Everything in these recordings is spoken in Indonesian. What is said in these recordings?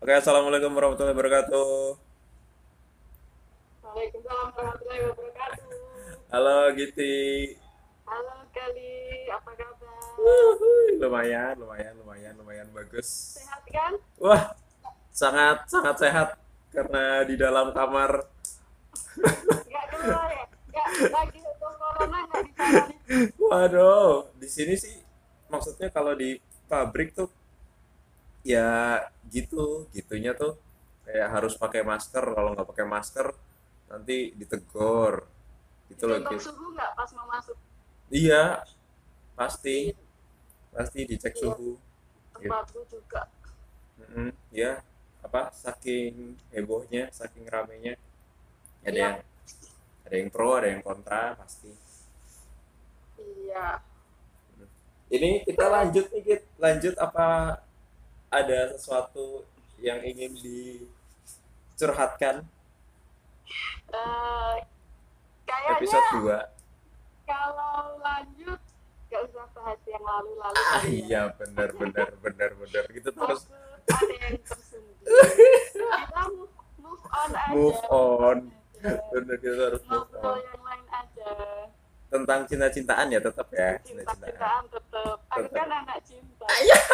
Oke, assalamualaikum warahmatullahi wabarakatuh. Waalaikumsalam warahmatullahi wabarakatuh. Halo Giti. Halo Kali, apa kabar? Wuhui, lumayan, lumayan, lumayan, lumayan bagus. Sehat kan? Wah, sangat, sangat sehat karena di dalam kamar. Nggak keluar ya? Nggak lagi hukum corona nggak di sana nih? Waduh, di sini sih maksudnya kalau di pabrik tuh ya gitu, gitunya tuh kayak harus pakai masker. Kalau nggak pakai masker nanti ditegor. Gitu loh, Dicek gitu. suhu nggak pas mau masuk? Iya, pasti, Iya, pasti dicek iya, suhu. Gitu. tempatku juga. Ya, apa saking hebohnya, saking ramenya, ada Iya, yang ada yang pro, ada yang kontra pasti. iya. Ini kita lanjut nih, Kit. Lanjut apa ada sesuatu yang ingin dicurhatkan Eh, Kayaknya episode 2? kalau lanjut nggak usah bahas yang lalu-lalu Ah kali ya. iya, benar benar benar benar. Gitu terus Takut ada yang tersinggung. Kita move on aja, move move on on. aja. Benar, kita harus move Ngobrol on. yang lain aja. Tentang cinta-cintaan ya, tetap ya, cinta-cintaan. Cinta-cintaan tetap. Aku Tetap. kan anak cinta.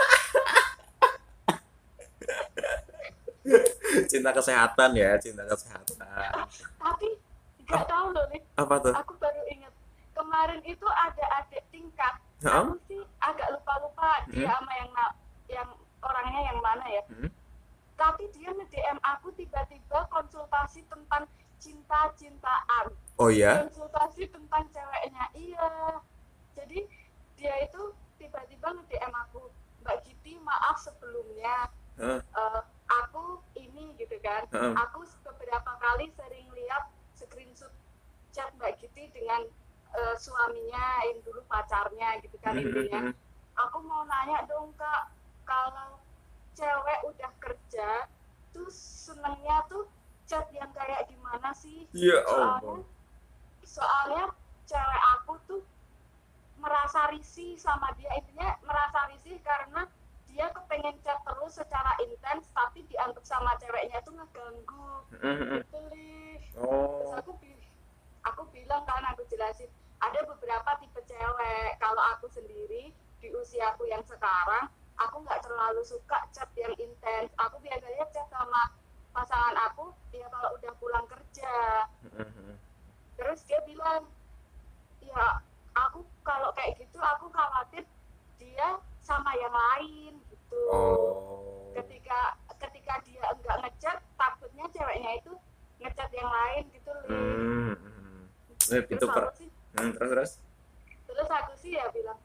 Cinta kesehatan ya, cinta kesehatan. Tapi nggak Ah, tahu loh nih. apa tuh? Aku baru ingat kemarin itu ada adik tingkat. Hah? Aku sih agak lupa-lupa Hmm? dia sama yang orangnya yang mana ya. Hmm? Tapi dia nge-DM aku tiba-tiba konsultasi tentang cinta-cintaan. Oh ya? Konsultasi tentang ceweknya. Iya. Jadi dia itu tiba-tiba nge-DM aku, Mbak Giti maaf sebelumnya. Heeh, Aku ini gitu kan, heeh. aku beberapa kali sering lihat screenshot chat Mbak Giti dengan suaminya yang dulu pacarnya gitu kan intinya. Aku mau nanya dong Kak, kalau cewek udah kerja tuh senengnya tuh chat yang kayak gimana sih? Ya Allah. Soalnya soalnya cewek aku tuh merasa risih sama dia, intinya merasa risih karena dia kepengen chat terus secara intens tapi dianggap sama ceweknya itu ngeganggu gitu lih. Terus Oh. aku bilang kan, aku jelasin ada beberapa tipe cewek. Kalau aku sendiri di usia aku yang sekarang, aku nggak terlalu suka chat yang intens. Aku biasanya chat sama pasangan aku ya kalau udah pulang kerja. Terus dia bilang, ya aku kalau kayak gitu aku khawatir dia sama yang lain gitu. Oh. Ketika dia enggak ngechat, takutnya ceweknya itu ngechat yang lain gitu lih. Hmm. Itu Terus per. aku sih Terus terus. terus aku sih ya bilang,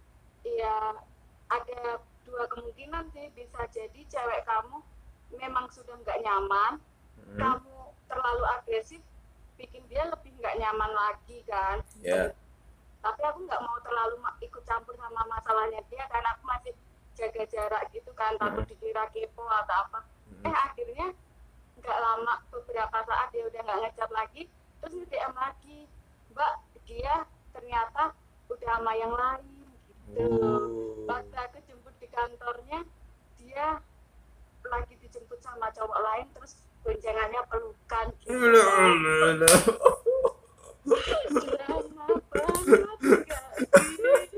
iya ada dua kemungkinan sih, bisa jadi cewek kamu memang sudah nggak nyaman, Hmm. kamu terlalu agresif bikin dia lebih nggak nyaman lagi kan. Ya. Tapi aku nggak mau terlalu ikut campur sama masalahnya dia karena aku masih jaga jarak gitu kan, Hmm. takut dikira kepo atau apa. Hmm. Akhirnya nggak lama, beberapa saat dia udah nggak ngechat lagi, terus nge-DM lagi, Mbak dia ternyata udah sama yang lain gitu. Oh. Waktu aku jemput di kantornya, dia lagi dijemput sama cowok lain, terus goncengannya pelukan gitu kan. Drama banget gak sih?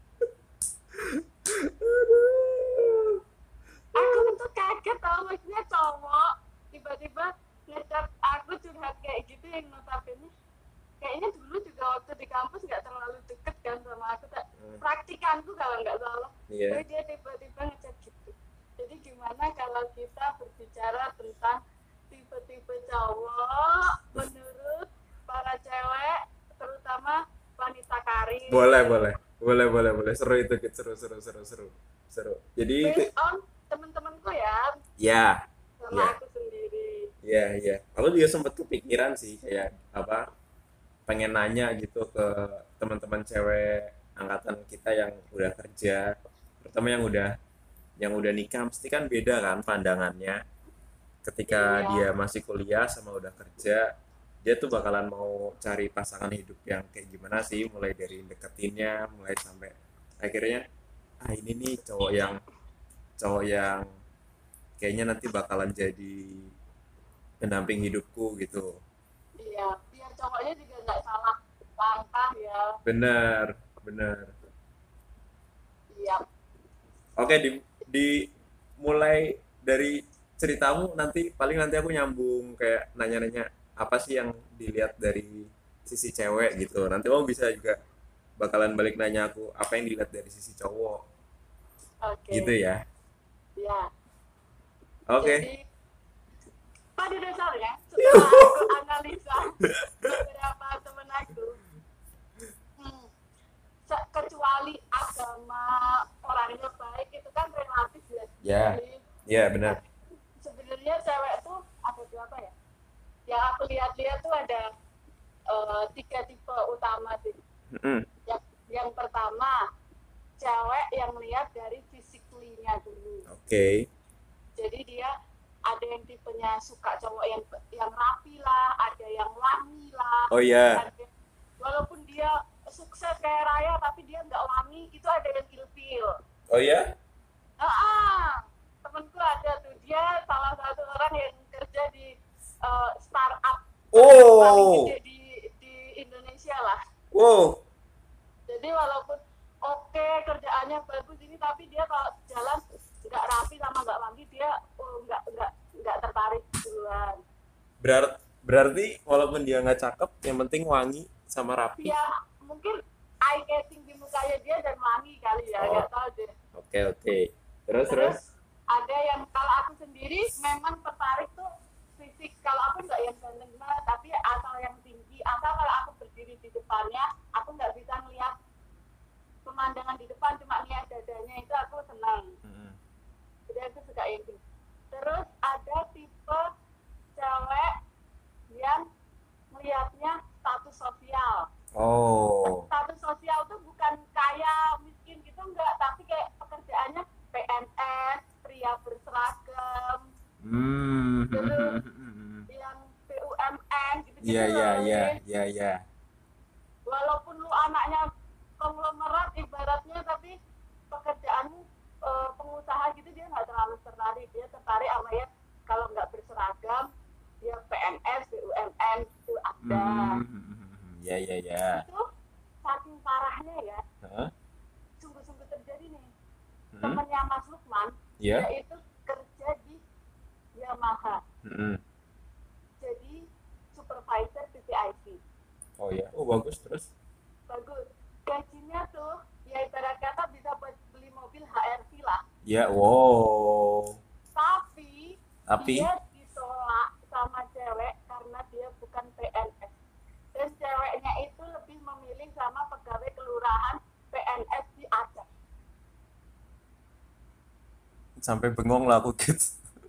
Aku tuh kaget tau, maksudnya cowok tiba-tiba ngechat aku curhat kayak gitu, yang notabene kayaknya dulu juga waktu di kampus nggak terlalu deket kan sama aku, tak praktikanku kalau nggak salah. Iya. Tapi dia tiba-tiba ngechat gitu. Jadi gimana kalau kita berbicara tentang tipe-tipe cowok menurut para cewek, terutama wanita Boleh, karir, boleh. Boleh, boleh, boleh. Seru itu, Kit. Seru, seru, seru, seru. Seru. Jadi itu based on temen-temenku ya, ya, sama ya, aku sendiri. ya, ya. Aku juga sempet kepikiran sih kayak apa pengen nanya gitu ke teman-teman cewek angkatan kita yang udah kerja, terutama yang udah nikah, mesti kan beda kan pandangannya ketika Iya, dia masih kuliah sama udah kerja. Dia tuh bakalan mau cari pasangan hidup yang kayak gimana sih, mulai dari deketinnya, mulai sampai akhirnya ini nih cowok yang kayaknya nanti bakalan jadi pendamping hidupku gitu. Iya, biar cowoknya juga nggak salah langkah ya. Bener, bener. Iya. Oke, di mulai dari ceritamu, nanti paling nanti aku nyambung kayak nanya-nanya apa sih yang dilihat dari sisi cewek gitu. Nanti kamu bisa juga bakalan balik nanya aku apa yang dilihat dari sisi cowok gitu Oke. ya. Ya. Oke. Jadi pada dasarnya setelah aku analisa beberapa temen aku, hmm, kecuali agama orangnya baik itu kan relatif ya. Ya, Jadi ya benar. sebenarnya cewek tuh ada berapa ya? Yang aku lihat-lihat tuh ada tiga tipe utama sih. Mm-mm. Yang pertama, cewek yang lihat dari physically-nya dulu. Oke. Jadi dia ada yang tipenya suka cowok yang rapi lah, ada yang wangi lah, Oh ya. walaupun dia sukses kayak Raya tapi dia nggak wangi, itu ada yang ilfil. Oh ya. Temenku ada tuh, dia salah satu orang yang kerja di startup paling Oh. gede di Indonesia lah. Wow. Jadi walaupun oke kerjaannya bagus ini, tapi dia kalau jalan nggak rapi sama nggak wangi, dia nggak tertarik duluan. Berarti walaupun dia nggak cakep, yang penting wangi sama rapi. Dia mungkin eye catching di mukanya dia dan wangi kali ya, nggak tahu deh. Oke. Terus. Ada yang kalau aku sendiri memang tertarik tuh fisik. Kalau aku nggak yang ganteng banget, tapi asal yang tinggi. Asal kalau aku berdiri di depannya, aku nggak bisa ngeliat pemandangan di depan, cuma lihat dadanya, itu aku senang. Jadi aku suka yang tinggi. Terus ada tipe cewek yang melihatnya status sosial. Oh. Status sosial tuh bukan kaya miskin gitu, enggak, tapi kayak pekerjaannya PNS, pria berseragam, terus yang BUMN gitu. Iya. Walaupun lu anaknya konglomerat ibaratnya, tapi pekerjaanmu pengusaha gitu, dia nggak terlalu tertarik. Dia tertarik sama ya kalau nggak berseragam, dia PNS, BUMN itu ada. Iya. Itu saking parahnya ya. Sungguh-sungguh terjadi nih. Temennya Mas Lukman, dia itu kerja di Yamaha. Jadi supervisor PPIC. Oh ya. Oh bagus terus. Bagus. Gajinya tuh ya ibarat kata bisa buat beli mobil HRV lah. Ya, wow. Tapi dia ditolak sama cewek karena dia bukan PNS. Dan ceweknya itu lebih memilih sama pegawai kelurahan PNS di Aceh. Sampai bengong lah aku gitu.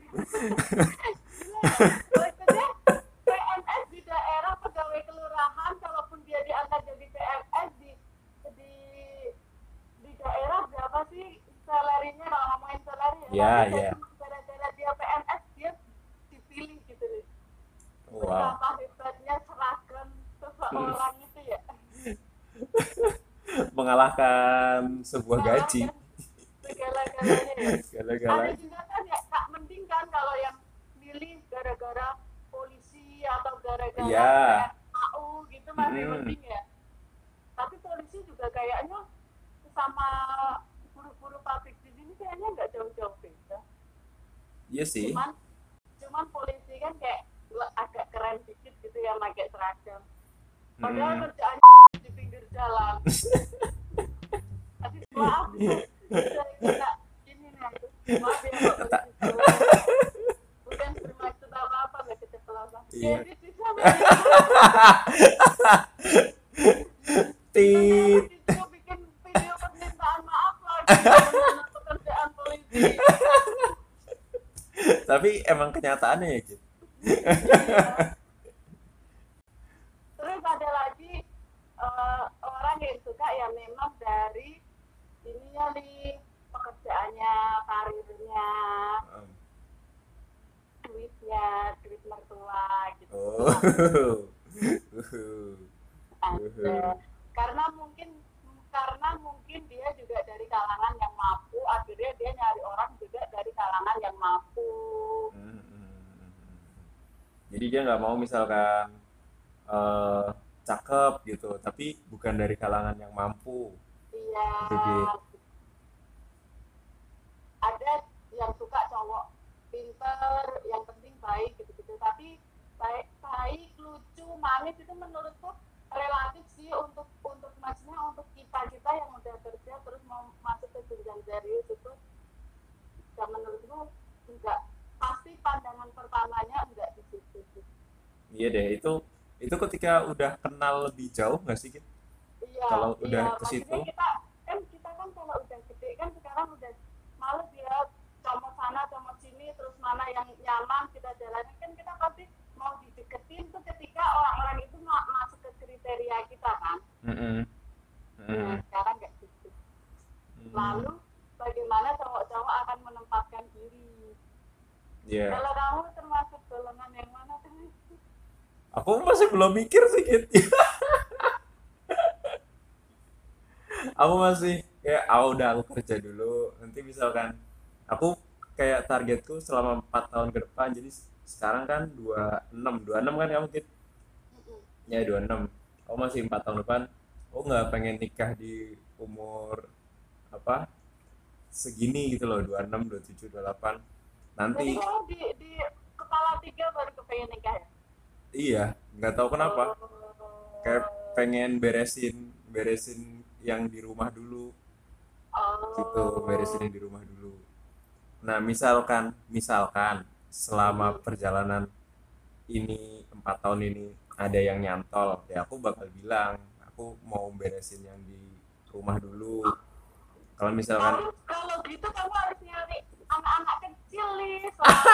Maksudnya PNS di daerah, pegawai kelurahan, kalaupun dia diangkat jadi PNS di daerah berapa sih salarinya, kalau ngomongin salari ya? Iya. Gara-gara dia PNS dia dipilih gitu loh. Wow. Betapa hebatnya seragam seseorang itu ya. Mengalahkan sebuah gaji. Segala-galanya ya. Segala-galanya. Ada juga kan ya, tak mending kan kalau yang milih gara-gara polisi atau gara-gara AU gitu masih mending ya. Tapi polisi juga kayaknya sama buru-buru pabrik di sini kayaknya nggak jauh-jauh beda. Iya sih. Cuman polisi kan kayak agak keren dikit gitu ya, pakai seragam. Padahal kerjaannya di pinggir jalan. Aduh, maaf ini nih, maaf ya bukan bermaksud apa-apa, nggak keceplosan. Jadi bisa itu bikin video permintaan maaf lagi dengan pekerjaan polisi. Tapi emang kenyataannya ya gitu. Terus ada lagi orang yang suka ya memang dari ininya nih, pekerjaannya, karirnya, duit mertua gitu. Ada. Karena mungkin dia juga dari kalangan yang mampu, akhirnya dia nyari orang juga dari kalangan yang mampu Jadi dia nggak mau misalkan eh, cakep gitu tapi bukan dari kalangan yang mampu Iya, gitu gitu. ada yang suka cowok pinter, yang penting baik gitu-gitu. Tapi baik, baik, lucu, manis itu menurutku relatif sih untuk maksudnya untuk kita yang udah kerja terus mau masuk ke jenjang serius itu, ya menurutku enggak, pasti pandangan pertamanya enggak di situ sih. Iya deh, itu ketika udah kenal lebih jauh nggak sih Kit? Iya, Kalau udah iya, ke situ. maksudnya kita kan kalau udah gede kan sekarang udah males ya, comot sana comot sini, terus mana yang nyaman kita jalani, kan kita pasti mau dideketin tuh ketika orang-orang itu masuk ke kriteria kita kan. Mm-mm. Nah Mm-mm. sekarang kayak gitu. Mm. Lalu bagaimana cowok-cowok akan menempatkan diri, Iya, kalau kamu termasuk golongan yang mana tuh? aku masih belum mikir sih Kit. Aku masih kayak udah aku kerja dulu nanti misalkan aku kayak targetku selama 4 tahun ke depan jadi sekarang kan 26 kan kamu Kit? Ya 26. Aku masih 4 tahun depan. Aku nggak pengen nikah di umur apa segini gitu loh, 26, 27, 28. Jadi Nanti kamu di kepala tiga baru kepengen nikah ya? iya, nggak tahu kenapa. Kayak Oh, pengen beresin beresin yang di rumah dulu gitu, beresin oh, yang di rumah dulu. Nah, misalkan selama mm-mm. perjalanan ini 4 tahun ini ada yang nyantol, ya aku bakal bilang aku mau beresin yang di rumah dulu. Kalau misalkan Kalau kalau gitu kamu harus nyari anak-anak kecil nih,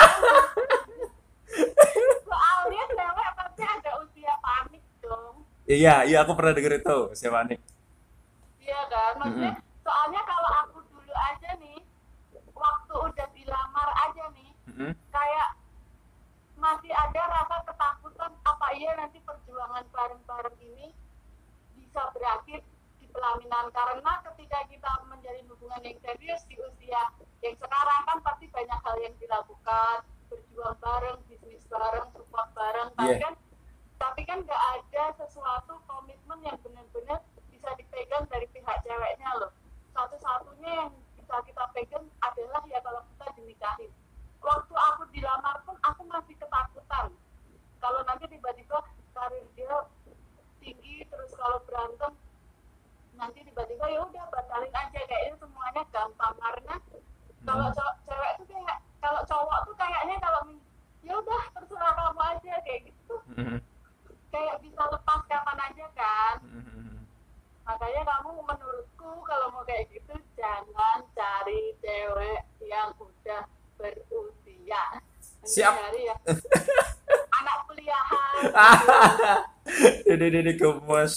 soalnya cewek pasti ada usia panik dong. iya iya aku pernah denger itu siapa nih. Iya kan, maksudnya Mm-mm. soalnya kalau aku dulu aja nih, waktu udah dilamar aja nih, Mm-mm. kayak masih ada rasa ketakutan apa iya nanti perjuangan bareng-bareng ini bisa berakhir di pelaminan, karena ketika kita menjalin hubungan yang serius di usia yang sekarang kan pasti banyak hal yang dilakukan, berjuang bareng, bisnis bareng, support bareng, Iya. tapi kan nggak ada sesuatu komitmen yang benar-benar bisa dipegang dari pihak ceweknya loh. Satu-satunya yang bisa kita pegang adalah ya kalau kita dinikahin. Waktu aku dilamar pun aku masih ketakutan kalau nanti tiba-tiba karir dia tinggi, terus kalau berantem nanti tiba-tiba ya udah batalin aja, kayaknya semuanya gampang. Karena kalau Mm-mm. cewek tuh kayak, kalau cowok tuh kayaknya kalau ya udah terserah kamu aja kayak gitu, Mm-mm. kayak bisa lepas kapan aja kan. Mm-mm. Makanya kamu menurutku kalau mau kayak gitu jangan cari cewek yang udah berusia, nanti Siap. cari ya anak kuliahan gitu. Dede gemes.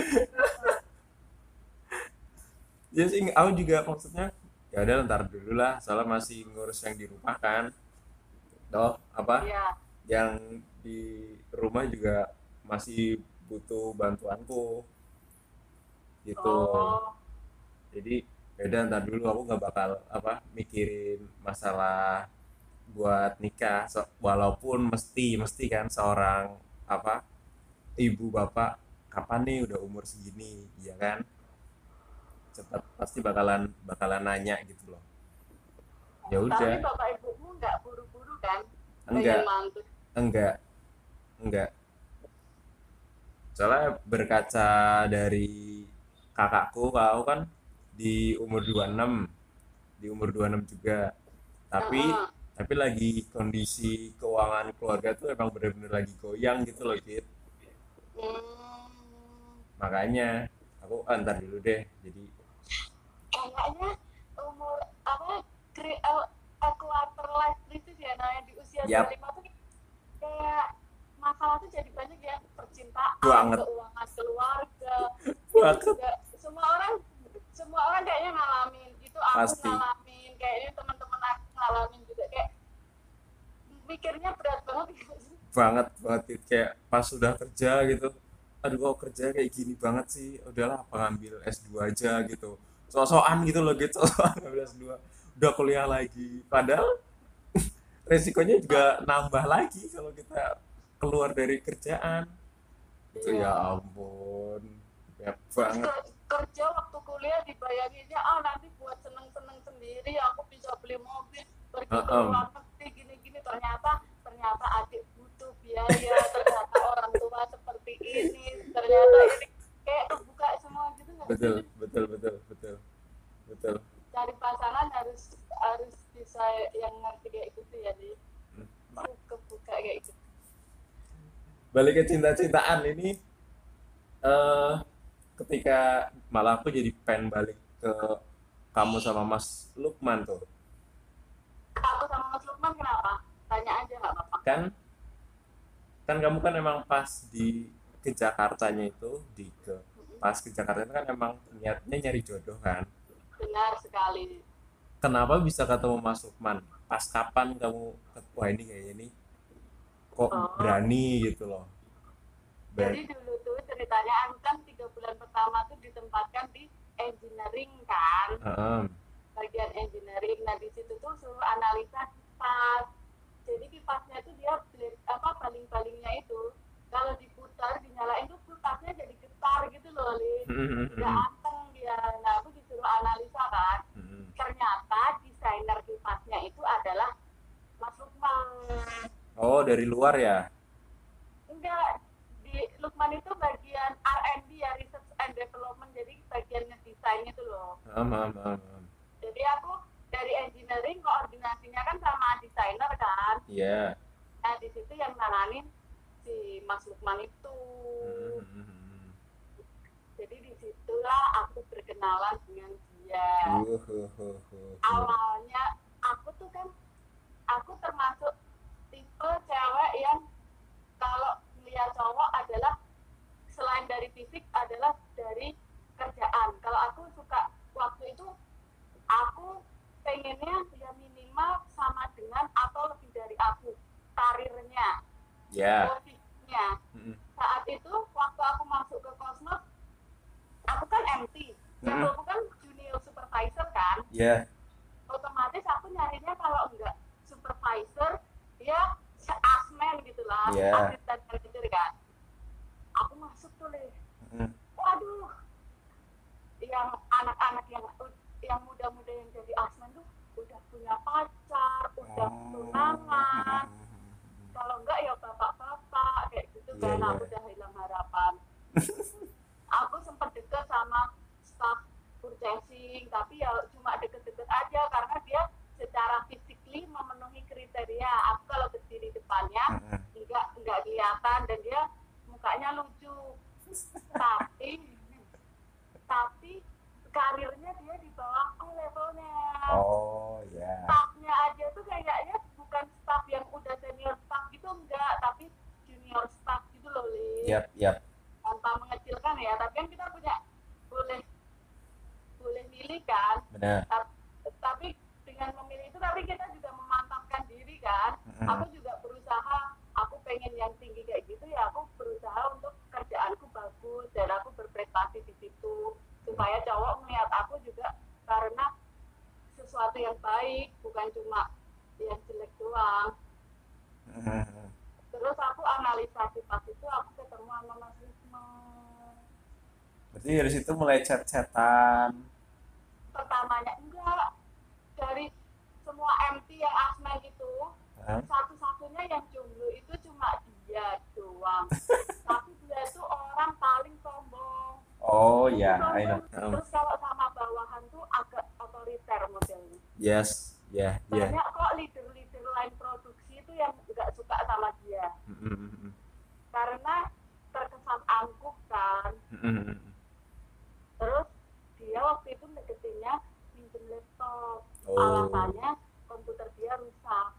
Ya sih, aku juga maksudnya ya udah ntar dulu lah, soalnya masih ngurus yang di rumah kan. Toh apa Iya. yang di rumah juga masih butuh bantuanku gitu. Oh, Jadi ya udah ntar dulu aku nggak bakal apa mikirin masalah buat nikah. Walaupun mesti mesti kan seorang apa ibu bapak kapan nih udah umur segini, ya kan? Cepat pasti bakalan bakalan nanya gitu loh. Ya tapi udah, bapak ibumu nggak buru-buru kan pengen enggak, mantu? enggak, enggak. Soalnya berkaca dari kakakku, kakakku kan di umur 26, di umur 26 juga. Tapi Heeh. tapi lagi kondisi keuangan keluarga tuh emang bener-bener lagi goyang gitu loh, Kit. Hmm, Makanya aku ntar dulu deh. Jadi kayaknya umur apa, quarter life crisis ya namanya, di usia yap 25 tuh kayak masalah tuh jadi banyak ya, percintaan, banget keuangan keluarga, itu banget juga semua orang kayaknya ngalamin itu, aku pasti ngalamin, kayaknya teman-teman aku ngalamin juga, kayak mikirnya berat banget gitu. banget banget Kit. Kayak pas sudah kerja gitu, aduh kok kerja kayak gini banget sih, udahlah apa ngambil S2 aja gitu, so-soan gitu loh gitu, so-soan ngambil S2 udah kuliah lagi padahal resikonya juga nambah lagi kalau kita keluar dari kerjaan itu Iya. ya ampun banyak Terus banget. kerja waktu kuliah dibayanginnya nanti buat seneng-seneng sendiri aku bisa beli mobil pergi ke Heeh, luar negeri gini-gini, ternyata adik butuh biaya, ternyata orang tua seperti ini, ternyata ini kayak kebuka semua gitu nggak sih? betul betul betul betul betul. Cari pasangan harus harus bisa yang ngerti kayak gitu ya, di kebuka kayak gitu. Balik ke cinta-cintaan ini, eh ketika malah aku jadi pengen balik ke kamu sama Mas Lukman tuh. Aku sama Mas Lukman kenapa? Tanya aja nggak apa-apa. Kan kan kamu kan emang pas di ke Jakartanya itu pas ke Jakarta itu kan emang niatnya nyari jodoh kan. Benar sekali. Kenapa bisa ketemu Mas Lukman? Pas kapan kamu wah ini kayak ini kok Oh, berani gitu loh. jadi Berani. dulu tuh ceritanya aku kan 3 bulan pertama tuh ditempatkan di engineering kan, Heeh. bagian engineering. Nah di situ tuh suruh analisa kipas. Jadi kipasnya tuh dia apa baling-balingnya itu kalau diputar dinyalain tuh kipasnya jadi getar gitu loh, Lin. Nggak anteng dia. Nah aku disuruh analisa kan. Ternyata desainer kipasnya itu adalah Mas Lukman. Oh, dari luar ya? Enggak, di Lukman itu bagian R&D ya, research and development, jadi bagian ngedesain itu loh. Paham, paham, paham, paham. Jadi aku dari engineering koordinasinya kan sama desainer kan. Iya. Nah di situ yang nanganin si Mas Lukman itu. Jadi disitulah aku berkenalan dengan dia. Awalnya aku tuh kan, aku termasuk tipe cewek yang kalau melihat cowok adalah selain dari fisik adalah dari kerjaan. Kalau aku suka waktu itu aku pengennya ya minimal sama dengan atau lebih dari aku karirnya, Ya. posisinya. Saat itu waktu aku masuk ke Cosmos, aku kan MT, levelku kan junior supervisor kan, Ya. otomatis aku nyarinya kalau enggak supervisor ya asmen gitulah, Ya. asisten manajer kan. Aku masuk tuh, Leh. Mm. Waduh, yang anak-anak yang muda-muda yang jadi asmen tuh udah punya pacar, udah tunangan. Kalau enggak ya bapak-bapak kayak gitu Iya, kan, iya. aku udah hilang harapan. Aku sempat deket sama staff purchasing, tapi ya cuma deket-deket aja karena dia secara physically memenuhi kriteria. Aku kalau berdiri depannya enggak kelihatan dan dia mukanya lucu. Tapi tapi karirnya dia di bawahku levelnya. Oh, ya. Staffnya aja tuh kayaknya bukan staff yang udah senior staff gitu, enggak, tapi junior staff gitu loh, Lin. Yap, yap. Tanpa mengecilkan ya, tapi kan kita punya boleh boleh milih kan. Benar. Tapi dengan memilih itu tapi kita juga memantapkan diri kan. Aku juga berusaha, aku pengen yang tinggi kayak gitu ya, aku berusaha untuk kerjaanku bagus dan aku berprestasi di situ supaya cowok melihat aku juga karena sesuatu yang baik, bukan cuma yang jelek doang. Terus aku analisa pas itu aku ketemu sama Mas Wisma. Berarti dari situ mulai chat-chatan. Pertamanya enggak, dari semua MT yang asmen itu Hah? satu-satunya yang jomblo itu cuma dia doang. Tapi dia itu orang paling sombong. Oh, Dia tuh ya, I sombong. know. Terus kalau sama bawahan tuh agak otoriter modelnya. Yes, ya, ya. Banyak kok leader-leader lain produksi itu yang nggak suka sama dia karena terkesan angkuh kan. Terus dia waktu itu deketinnya minjem laptop, Oh. alasannya komputer dia rusak.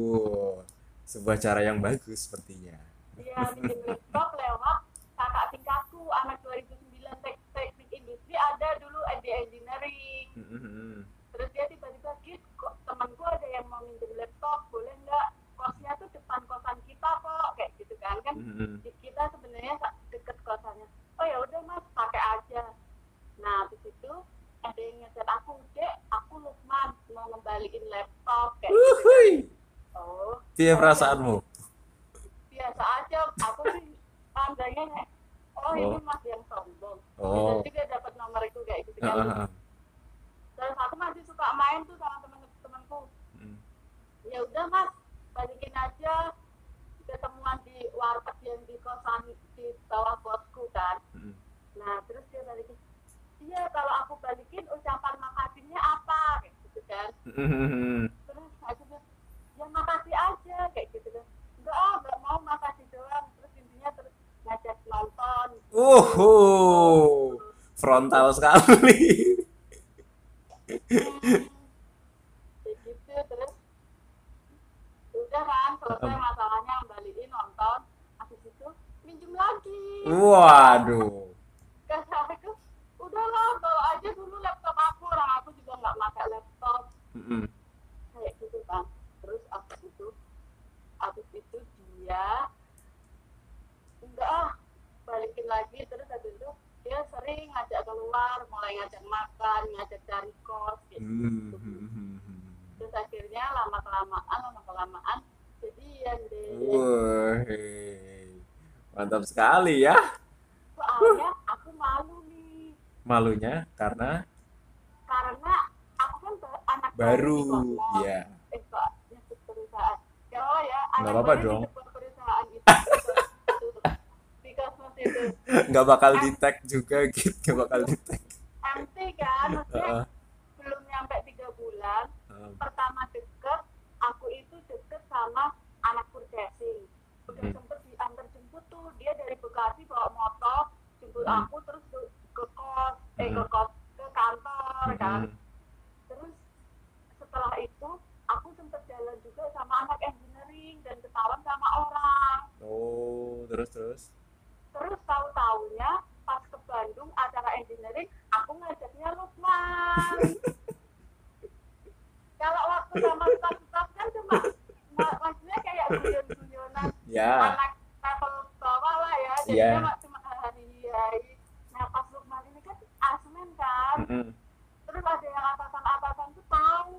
Sebuah cara yang bagus sepertinya. Dia minjem laptop lewat kakak tingkatku anak 2009 teknik industri, ada dulu di engineering. Terus dia tiba-tiba gitu, kok temanku ada yang mau minjem laptop, boleh nggak, kosnya tuh depan kosan kita kok, kayak gitu kan. Kita sebenarnya deket kosannya. Oh ya udah Mas, pakai aja. Nah di situ ada yang ngechat aku, Dek, aku Lukman mau ngembaliin laptop kayak gitu kan. Oh, Dia oh ya perasaanmu. biasa aja aku sih pandangnya kayak, oh ini Oh. mas yang sombong, bisa Oh. juga dapat nomor itu kayak gitu kan. Heeh. Terus aku masih suka main tuh sama temen-temenku, Mm. ya udah mas balikin aja, ketemuan di warteg yang di kosan di bawah bosku kan. Mm. Nah terus dia balikin, iya kalau aku balikin ucapan makasihnya apa kayak gitu kan. Mm. Terus aku bilang, ya makasih aja kayak gitu kan. Enggak mau makasih doang. Terus intinya terus ngajak nonton gitu. Frontal sekali. Hmm, kayak gitu. Terus udah kan selesai masalahnya, balikin nonton. Habis itu minjem lagi. Waduh. Kata aku, udahlah bawa aja dulu laptop aku. Orang aku juga nggak pakai laptop. Mm-mm. Kayak gitu kan. Terus habis itu dia enggak balikin lagi. Terus habis itu dia sering ngajak keluar, mulai ngajak makan, ngajak cari kos gitu. Terus akhirnya lama kelamaan jadian deh. Wah, mantap sekali ya. Soalnya aku malu nih, Malunya karena karena aku kan anak baru, di kosmos. ya. Kok nyebut perusahaan ya, oh ya, Nggak anak apa-apa baru dong. di sebuah perusahaan itu di kosmos itu Nggak bakal di tag juga gitu, nggak bakal di tag. MC kan, maksudnya belum nyampe 3 bulan. Pertama deket, aku itu deket sama anak purchasing. Udah sempet diantar jemput tuh, dia dari Bekasi bawa motor jemput aku terus ke kantor kan. Terus setelah itu aku sempet jalan juga sama anak engineering dan ketahuan sama orang. Oh, terus. Terus tahu-taunya pas ke Bandung acara engineering, aku ngajaknya Lukman. Kalau waktu sama staff kan cuma maksudnya kayak guyon-guyonan Ya. anak level bawah lah ya, jadinya cuma hari. Nah pas Lukman ini kan asmen kan, terus ada yang atasan tuh tahu.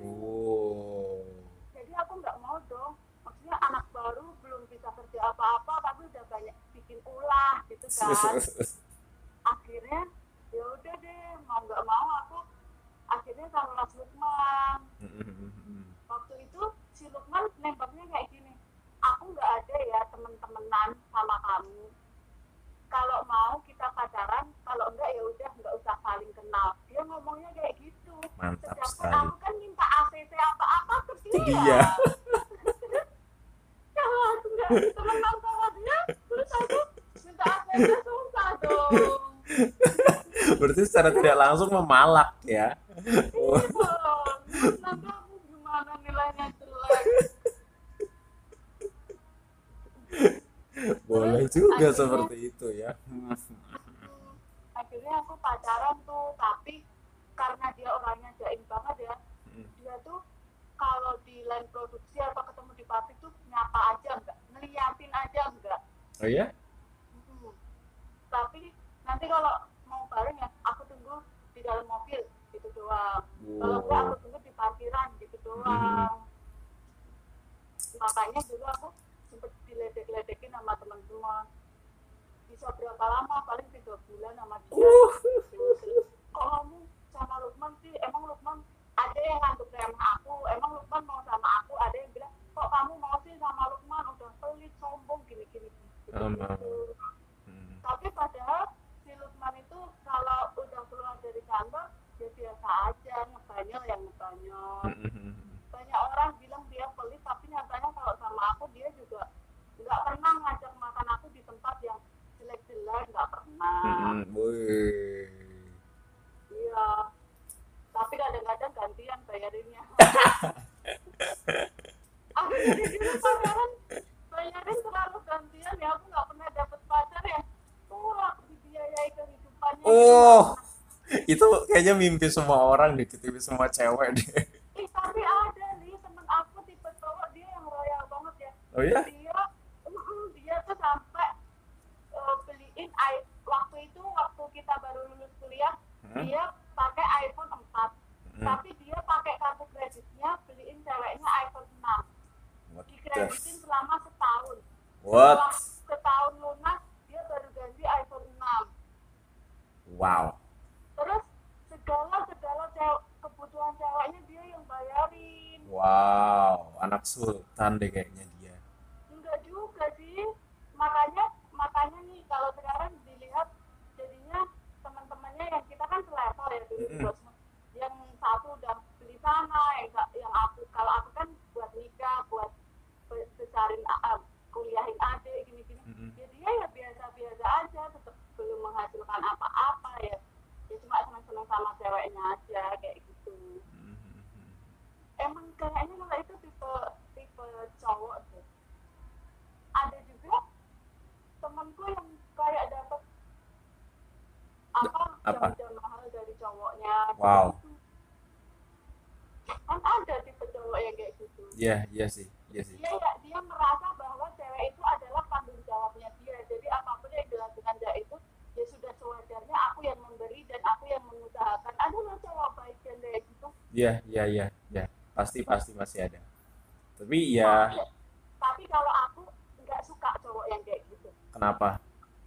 Jadi aku nggak mau dong, maksudnya anak baru belum bisa kerja apa-apa tapi udah banyak bikin ulah gitu kan. Akhirnya ya udah deh, mau nggak mau aku akhirnya sama Mas Lukman. Waktu itu si Lukman nembaknya kayak gini, aku nggak ada ya temen-temenan sama kamu, kalau mau kita pacaran, kalau enggak ya udah nggak usah saling kenal. Dia ngomongnya kayak gitu. Mantap sedangkan sekali. aku kan minta ACC apa-apa ke dia. Iya. Kalau aku nggak temenan sama dia, terus aku minta ACC susah dong. Berarti secara tidak langsung memalak ya. Iya dong. Nanti aku gimana nilainya jelek. Boleh Terus juga akhirnya, seperti itu ya. Akhirnya aku pacaran tuh, tapi karena dia orangnya jaim banget ya, dia tuh kalau di line produksi atau ketemu di pabrik tuh nyapa aja enggak, ngeliatin aja enggak. Oh ya? Tapi nanti kalau mau bareng ya aku tunggu di dalam mobil gitu doang. Kalau enggak aku tunggu di parkiran gitu doang. Makanya dulu aku sempet diledek-ledekin sama teman-teman. Bisa berapa lama? Paling 3 bulan sama dia. Kok kamu sama Lukman sih? Emang Lukman ada yang ngantuk remeh aku? Emang Lukman mau sama aku? Ada yang bilang, kok kamu mau sih sama Lukman? Udah pelit, sombong, gini-gini. Gitu. Tapi padahal si Lukman itu kalau udah keluar dari kantor, dia biasa aja, ngebanyol yang ngebanyol. Banyak orang bilang dia pelit, tapi nyatanya kalau sama aku dia juga nggak pernah ngajak makan aku di tempat yang jelek-jelek, nggak pernah. Iya, tapi kadang-kadang gantian bayarinnya. Aku jadi dulu pacaran bayarin terlalu gantian ya, aku nggak pernah dapet pacar yang tuh dibiayai kehidupannya. Itu kayaknya mimpi semua orang deh, mimpi semua cewek deh. Tapi ada nih temen aku tipe cowok, dia yang royal banget ya. Oh ya? Dia tuh sampai beliin waktu kita baru lulus kuliah, dia pakai iPhone 4. Tapi dia pakai kartu kreditnya beliin ceweknya iPhone 6. Dikreditin selama setahun. What? Setelah Wow, anak sultan deh kayaknya dia. Enggak juga sih, makanya makanya nih kalau sekarang dilihat jadinya teman-temannya yang kita kan selevel ya dulu di Mm-mm. Bosma, yang satu udah beli sana, yang aku kalau aku kan buat nikah, buat besarin kuliahin adik gini-gini, Mm-mm. ya dia ya biasa-biasa aja, tetap belum menghasilkan apa-apa ya, ya cuma senang-senang sama ceweknya aja kayak gitu. Mm-mm. Emang kayaknya kalau itu tipe tipe cowok deh. Ada juga temanku yang kayak dapat apa Apa? jam-jam mahal dari cowoknya Wow. gitu, kan ada tipe cowok yang kayak gitu. Iya, iya sih, iya sih. Dia merasa bahwa cewek itu adalah tanggung jawabnya dia, jadi apapun yang dilakukan dia itu ya sudah sewajarnya aku yang memberi dan aku yang mengusahakan. Ada loh cowok baik dan kayak gitu. Iya, iya, iya, iya. Pasti pasti masih ada. Tapi ya tapi tapi kalau aku nggak suka cowok yang kayak gitu, kenapa?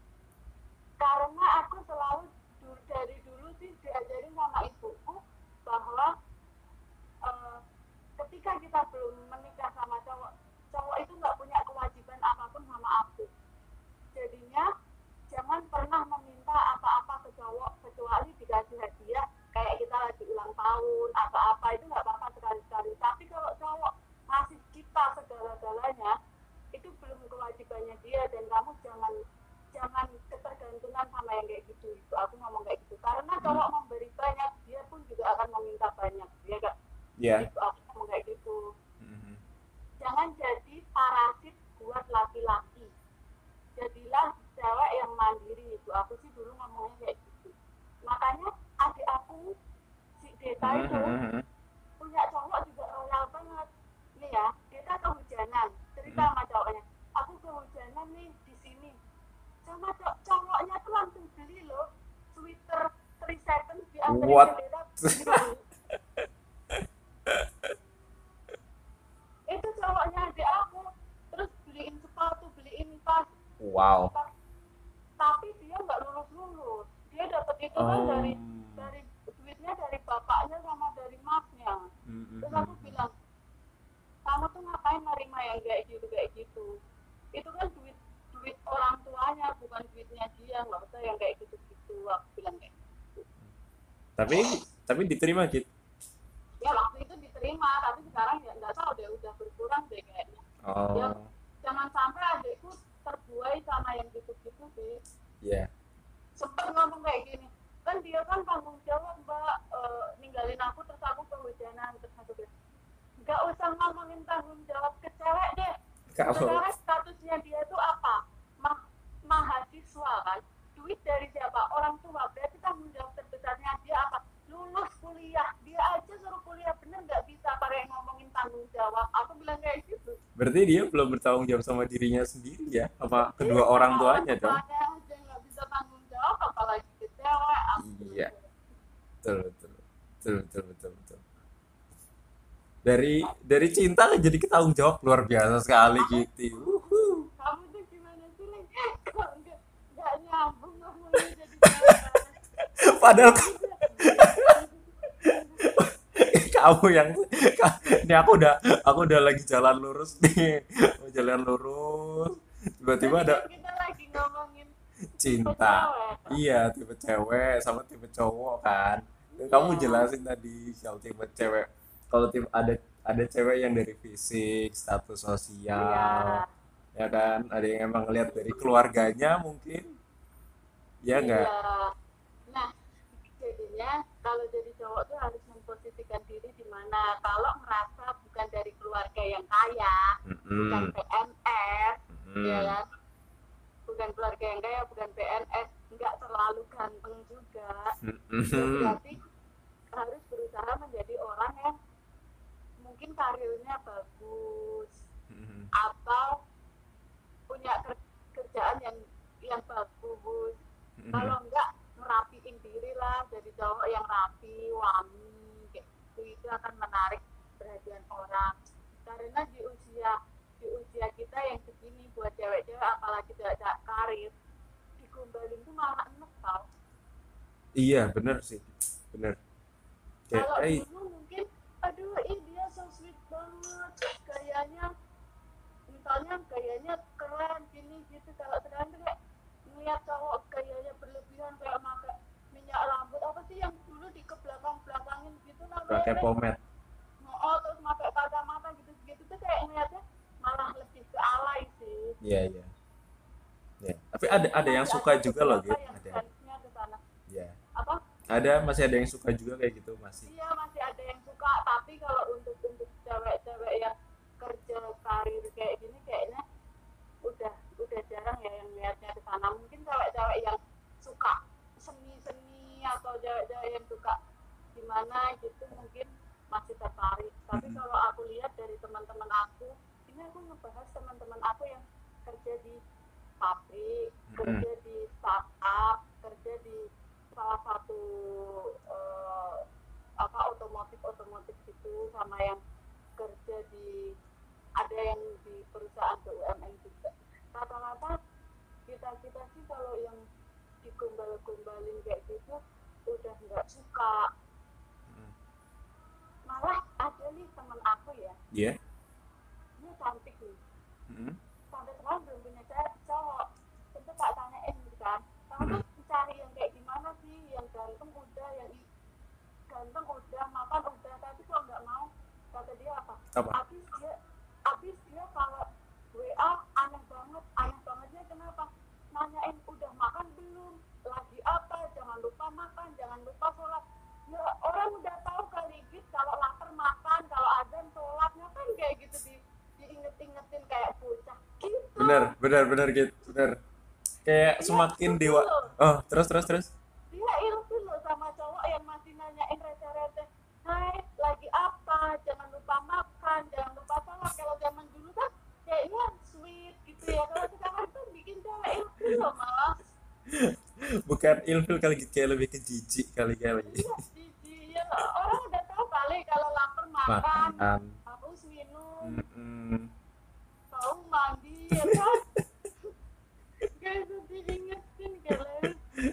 karena aku selalu dari dulu sih diajarin sama ibuku bahwa eh, ketika kita belum menikah sama cowok, cowok itu nggak punya kewajiban apapun sama aku. Jadinya jangan pernah meminta apa-apa ke cowok kecuali dikasih hadiah kayak kita lagi ulang tahun atau apa, itu nggak apa-apa sekali-sekali. Tapi kalau cowok ngasih kita segala-galanya, itu belum kewajibannya dia, dan kamu jangan jangan ketergantungan sama yang kayak gitu. Itu aku ngomong kayak gitu karena Hmm. cowok memberi banyak, dia pun juga akan meminta banyak, ya gak? Iya. Itu aku ngomong kayak gitu. Mhm. Jangan jadi parasit buat laki-laki, jadilah cewek yang mandiri. Itu aku sih dulu ngomongnya kayak gitu. Makanya adik aku si Deta Mhm, itu mhm, mhm. punya cowok juga royal banget. Nih ya, Deta kehujanan, cerita Mhm. sama cowoknya, aku kehujanan nih di sini, sama cowoknya tuh langsung beli loh sweater 3 seconds, dianterin ke What? Deta beli. Itu cowoknya adik aku, terus beliin sepatu, beliin tas, Wow. apa, tapi dia nggak lulus, dia dapat itu kan dari Um. dari duitnya dari bapaknya sama dari masnya. Mhm, Terus aku mhm. bilang, kamu tuh ngapain nerima yang kayak gitu, itu kan duit duit orang tuanya, bukan duitnya dia, nggak usah yang kayak gitu gitu, aku bilang kayak gitu. Tapi diterima gitu. Ya waktu itu diterima, tapi sekarang ya nggak tahu deh, udah berkurang deh kayaknya. Ya Oh, jangan sampai adikku terbuai sama yang gitu-gitu sih. iya. Sempet ngomong kayak gini, kan dia kan tanggung jawab mbak, ninggalin aku terus aku kehujanan, terus aku bilang nggak usah ngomongin tanggung jawab ke cewek deh. Kalau Sekarang statusnya dia tuh apa? Mahasiswa kan, duit dari siapa? Orang tua. Berarti tanggung jawab terbesarnya dia apa? Lulus kuliah. Dia aja suruh kuliah bener, nggak bisa pakai ngomongin tanggung jawab. Aku bilang kayak gitu. berarti dia belum bertanggung jawab sama dirinya sendiri ya, sama Iya, kedua sama orang orang tuanya dong. tuanya aja nggak bisa tanggung jawab, apalagi ke cewek. Aku bilang Iya, kayak betul, betul, betul, betul, betul, betul. Dari cinta kan jadi ketanggung jawab luar biasa sekali gitu. kamu tuh gimana sih nih? Kok nggak nyambung ngomongnya jadi cewek. Padahal Aku tuh kamu yang ini aku udah lagi jalan lurus nih, mau jalan lurus, tiba-tiba tadi ada kan kita lagi ngomongin tipe cinta. cewek. Iya, tipe cewek sama tipe cowok kan. Dan Iya, kamu jelasin tadi soal tipe cewek. Kalau tipe ada cewek yang dari fisik, status iya, sosial, ya kan? Ada yang emang ngelihat dari keluarganya mungkin, ya nggak? iya. Nah, jadinya kalau jadi cowok tuh harus memposisikan diri di mana. Kalau merasa bukan dari keluarga yang kaya, bukan Mm-mm. PNS, ya Mm-mm. kan? Bukan keluarga yang kaya, bukan PNS, nggak terlalu ganteng juga. Ya Mm-mm. berarti harus berusaha menjadi orang yang mungkin karirnya bagus Mm-mm. atau punya kerjaan yang bagus. Mm-mm. Kalau enggak, ngerapiin diri lah, jadi cowok yang rapi, wangi kayak gitu, itu akan menarik perhatian orang. Karena di usia kita yang segini, buat cewek-cewek apalagi tidak karir, digombalin tuh malah enek tau. Iya, bener sih, bener. Kayak, Kalau dulu mungkin, aduh, dia so sweet banget, soalnya gayanya keren gini gitu. Kalau sekarang tuh kayak ngeliat cowok gayanya berlebihan kayak pakai minyak rambut apa sih yang dulu di ke belakangin gitu namanya pakai teh. pomade. Oh, terus pakai kacamata gitu tuh kayak ngeliatnya malah lebih ke alay sih. Iya, iya. Ya. Tapi ada yang Masih suka ada juga loh beberapa gitu. yang Ada. fansnya ke sana. Ya. Apa? Masih ada yang suka juga kayak gitu masih. Iya masih ada yang suka, tapi kalau untuk cewek-cewek yang kerja karir kayak gini kayaknya udah jarang ya yang lihatnya ke sana. Mungkin cewek-cewek yang suka seni-seni atau cewek-cewek yang suka gimana gitu mungkin masih tertarik. Tapi kalau aku lihat dari teman-teman aku, ini aku ngebahas teman-teman aku yang kerja di pabrik, kerja di startup, kerja di salah satu otomotif gitu, sama yang kerja di ada yang di perusahaan BUMN juga. Rata-rata kita sih kalau yang digombal-gombalin kayak gitu udah nggak suka. Malah ada nih temen aku ya, Iya. ini cantik nih, sampai sekarang belum punya cowok. Tentu tak tanyain gitu kan, kamu tuh cari yang kayak gimana sih, yang ganteng udah, makan udah, tapi kok nggak mau. Kata dia apa? Apa? Abis dia kalau WA aneh bangetnya kenapa? Nanyain udah makan belum, lagi apa, jangan lupa makan, jangan lupa sholat. Ya orang udah tahu kali gitu, kalau lapar makan, kalau azan sholatnya kan kayak gitu diinget-ingetin kayak bocah gitu. Benar gitu, benar. Kayak Dia semakin ilfil dewa. loh. Oh, terus. Dia ilfil loh sama cowok yang masih nanyain receh-receh. Hai, lagi apa? Jangan lupa makan, jangan lupa sholat. Kalau zaman dulu kan kayaknya sweet gitu ya. Kalau sekarang tuh bikin cewek ilfil loh malah. Bukan ilfil kali gitu, kayak lebih ke jijik kali. Iya, ya, orang udah tahu kali kalau lapar makan, Makan. haus minum, Mm-mm. tahu mandi ya kan. Gak itu diingetin kalian.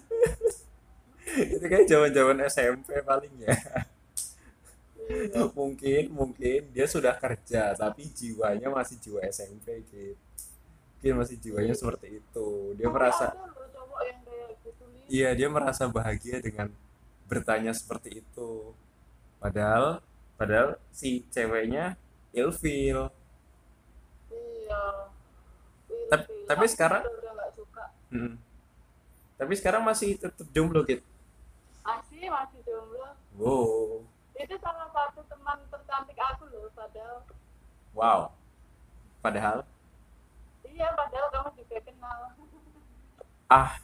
Itu kayak zaman SMP paling ya. Iya. Mungkin dia sudah kerja tapi jiwanya masih jiwa SMP gitu. Mungkin masih jiwanya seperti itu. Dia Tapi merasa, ada loh cowok yang kayak gitu nih. iya, dia merasa bahagia dengan bertanya seperti itu. Padahal si ceweknya ilfil. Iya. Tapi, Ilfil. tapi Aku sekarang, juga udah gak suka. tapi sekarang masih tetap jomblo gitu. Masih jomblo. Wow, Itu salah satu teman tercantik aku loh, padahal. wow. Padahal, Iya, padahal kamu juga kenal. ah,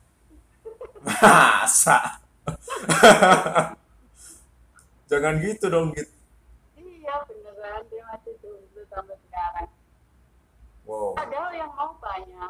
masa? Jangan gitu dong gitu. Iya, beneran dia masih jomblo sampai sekarang. Wow. Padahal yang mau banyak.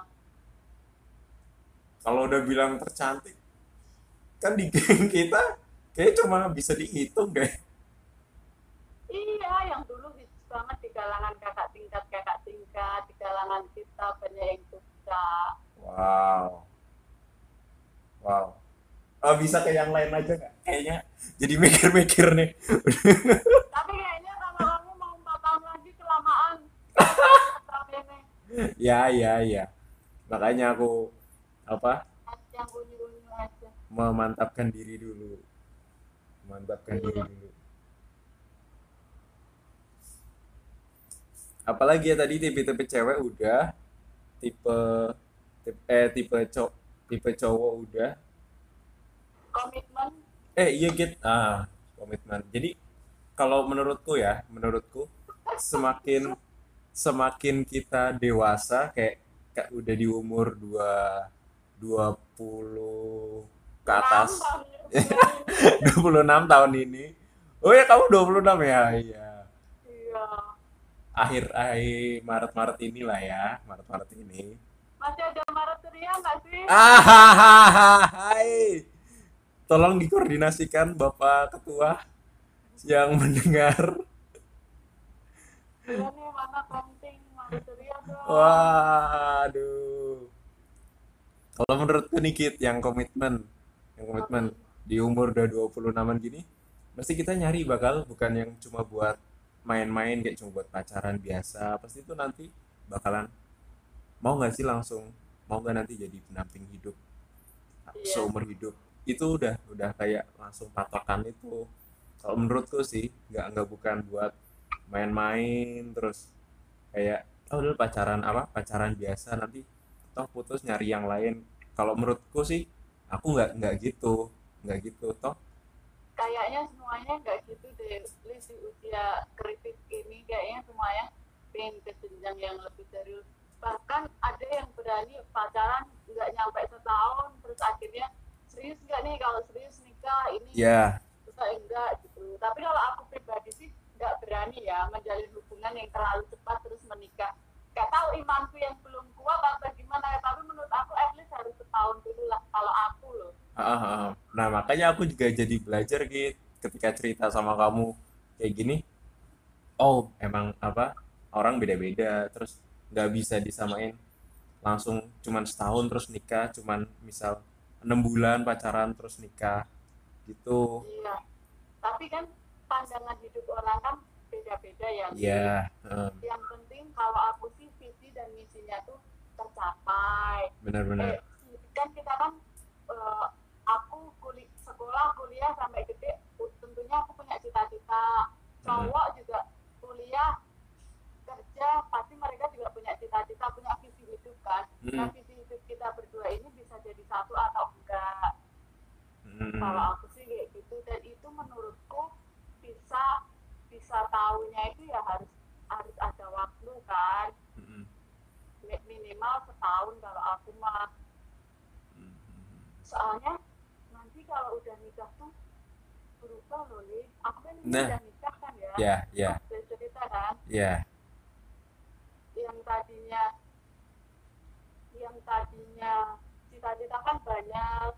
Kalau udah bilang tercantik, kan di geng kita kayak cuma bisa dihitung deh. Iya, yang dulu hits banget di kalangan kakak tingkat, di kalangan kita banyak yang suka. Wow, wow. Oh, bisa ke yang lain aja nggak? Kayaknya jadi mikir-mikir nih. Tapi kayaknya kalau kamu mau 4 tahun lagi kelamaan. Tahun ini Ya. Makanya aku apa? yang unyu-unyu aja. Memantapkan diri dulu. Memantapkan diri Iya. dulu. Apalagi ya tadi tipe-tipe cewek udah, tipe tipe tipe cowok udah. Komitmen. Iya gitu. Komitmen. Jadi kalau menurutku semakin semakin kita dewasa kayak udah di umur 20 ke atas. 26 tahun ini. Oh ya, kamu 26 ya? Iya. Iya. Akhir Maret inilah ya, Maret ini. Masih ada Maret Ceria nggak sih? Hai. Tolong dikoordinasikan Bapak Ketua yang mendengar. Iya nih, mana penting Maret Ceria dong. Waduh. Kalau menurutku nih Kit, yang komitmen di umur udah 26-an gini, pasti kita nyari bakal bukan yang cuma buat main-main kayak cuma buat pacaran biasa. Pasti itu nanti bakalan mau nggak sih langsung, mau nggak nanti jadi pendamping hidup Iya. seumur hidup. Itu udah kayak langsung patokan itu kalau menurutku sih. Nggak bukan buat main-main terus kayak oh dulu pacaran apa pacaran biasa nanti toh putus nyari yang lain. Kalau menurutku sih aku nggak gitu toh. Kayaknya semuanya nggak gitu deh, Liz, di usia kritis ini kayaknya semuanya pengen ke jenjang yang lebih serius. Bahkan ada yang berani pacaran nggak nyampe setahun, terus akhirnya serius nggak nih, kalau serius nikah ini, Ya. terus enggak gitu. Tapi kalau aku pribadi sih nggak berani ya menjalin hubungan yang terlalu cepat terus menikah. Gak tahu imanku yang belum kuat atau gimana ya, tapi menurut aku at least harus setahun dulu lah kalau aku loh. Nah makanya aku juga jadi belajar gitu ketika cerita sama kamu kayak gini. Oh emang apa orang beda-beda terus nggak bisa disamain langsung cuman setahun terus nikah, cuman misal 6 bulan pacaran terus nikah gitu. Iya, tapi kan pandangan hidup orang kan beda-beda ya, Lis. Iya. Yang penting kalau aku sih visi dan misinya tuh tercapai. Benar-benar. Kan kita kan aku sekolah kuliah sampai gede, tentunya aku punya cita-cita. Mm, Cowok juga kuliah kerja, pasti mereka juga punya cita-cita, punya visi hidup kan. Nah, mm, visi hidup kita berdua ini bisa jadi satu atau enggak. Kalau mm, aku sih kayak gitu, dan itu menurutku bisa bisa tahunya itu ya harus harus ada waktu kan, mm, minimal setahun kalau aku mah. mm. Soalnya nanti kalau udah nikah tuh berubah loh, Li. Aku kan ini Nah, udah nikah kan ya, ya, pas ya, udah cerita kan, ya. yang tadinya yang tadinya cita-cita kan banyak,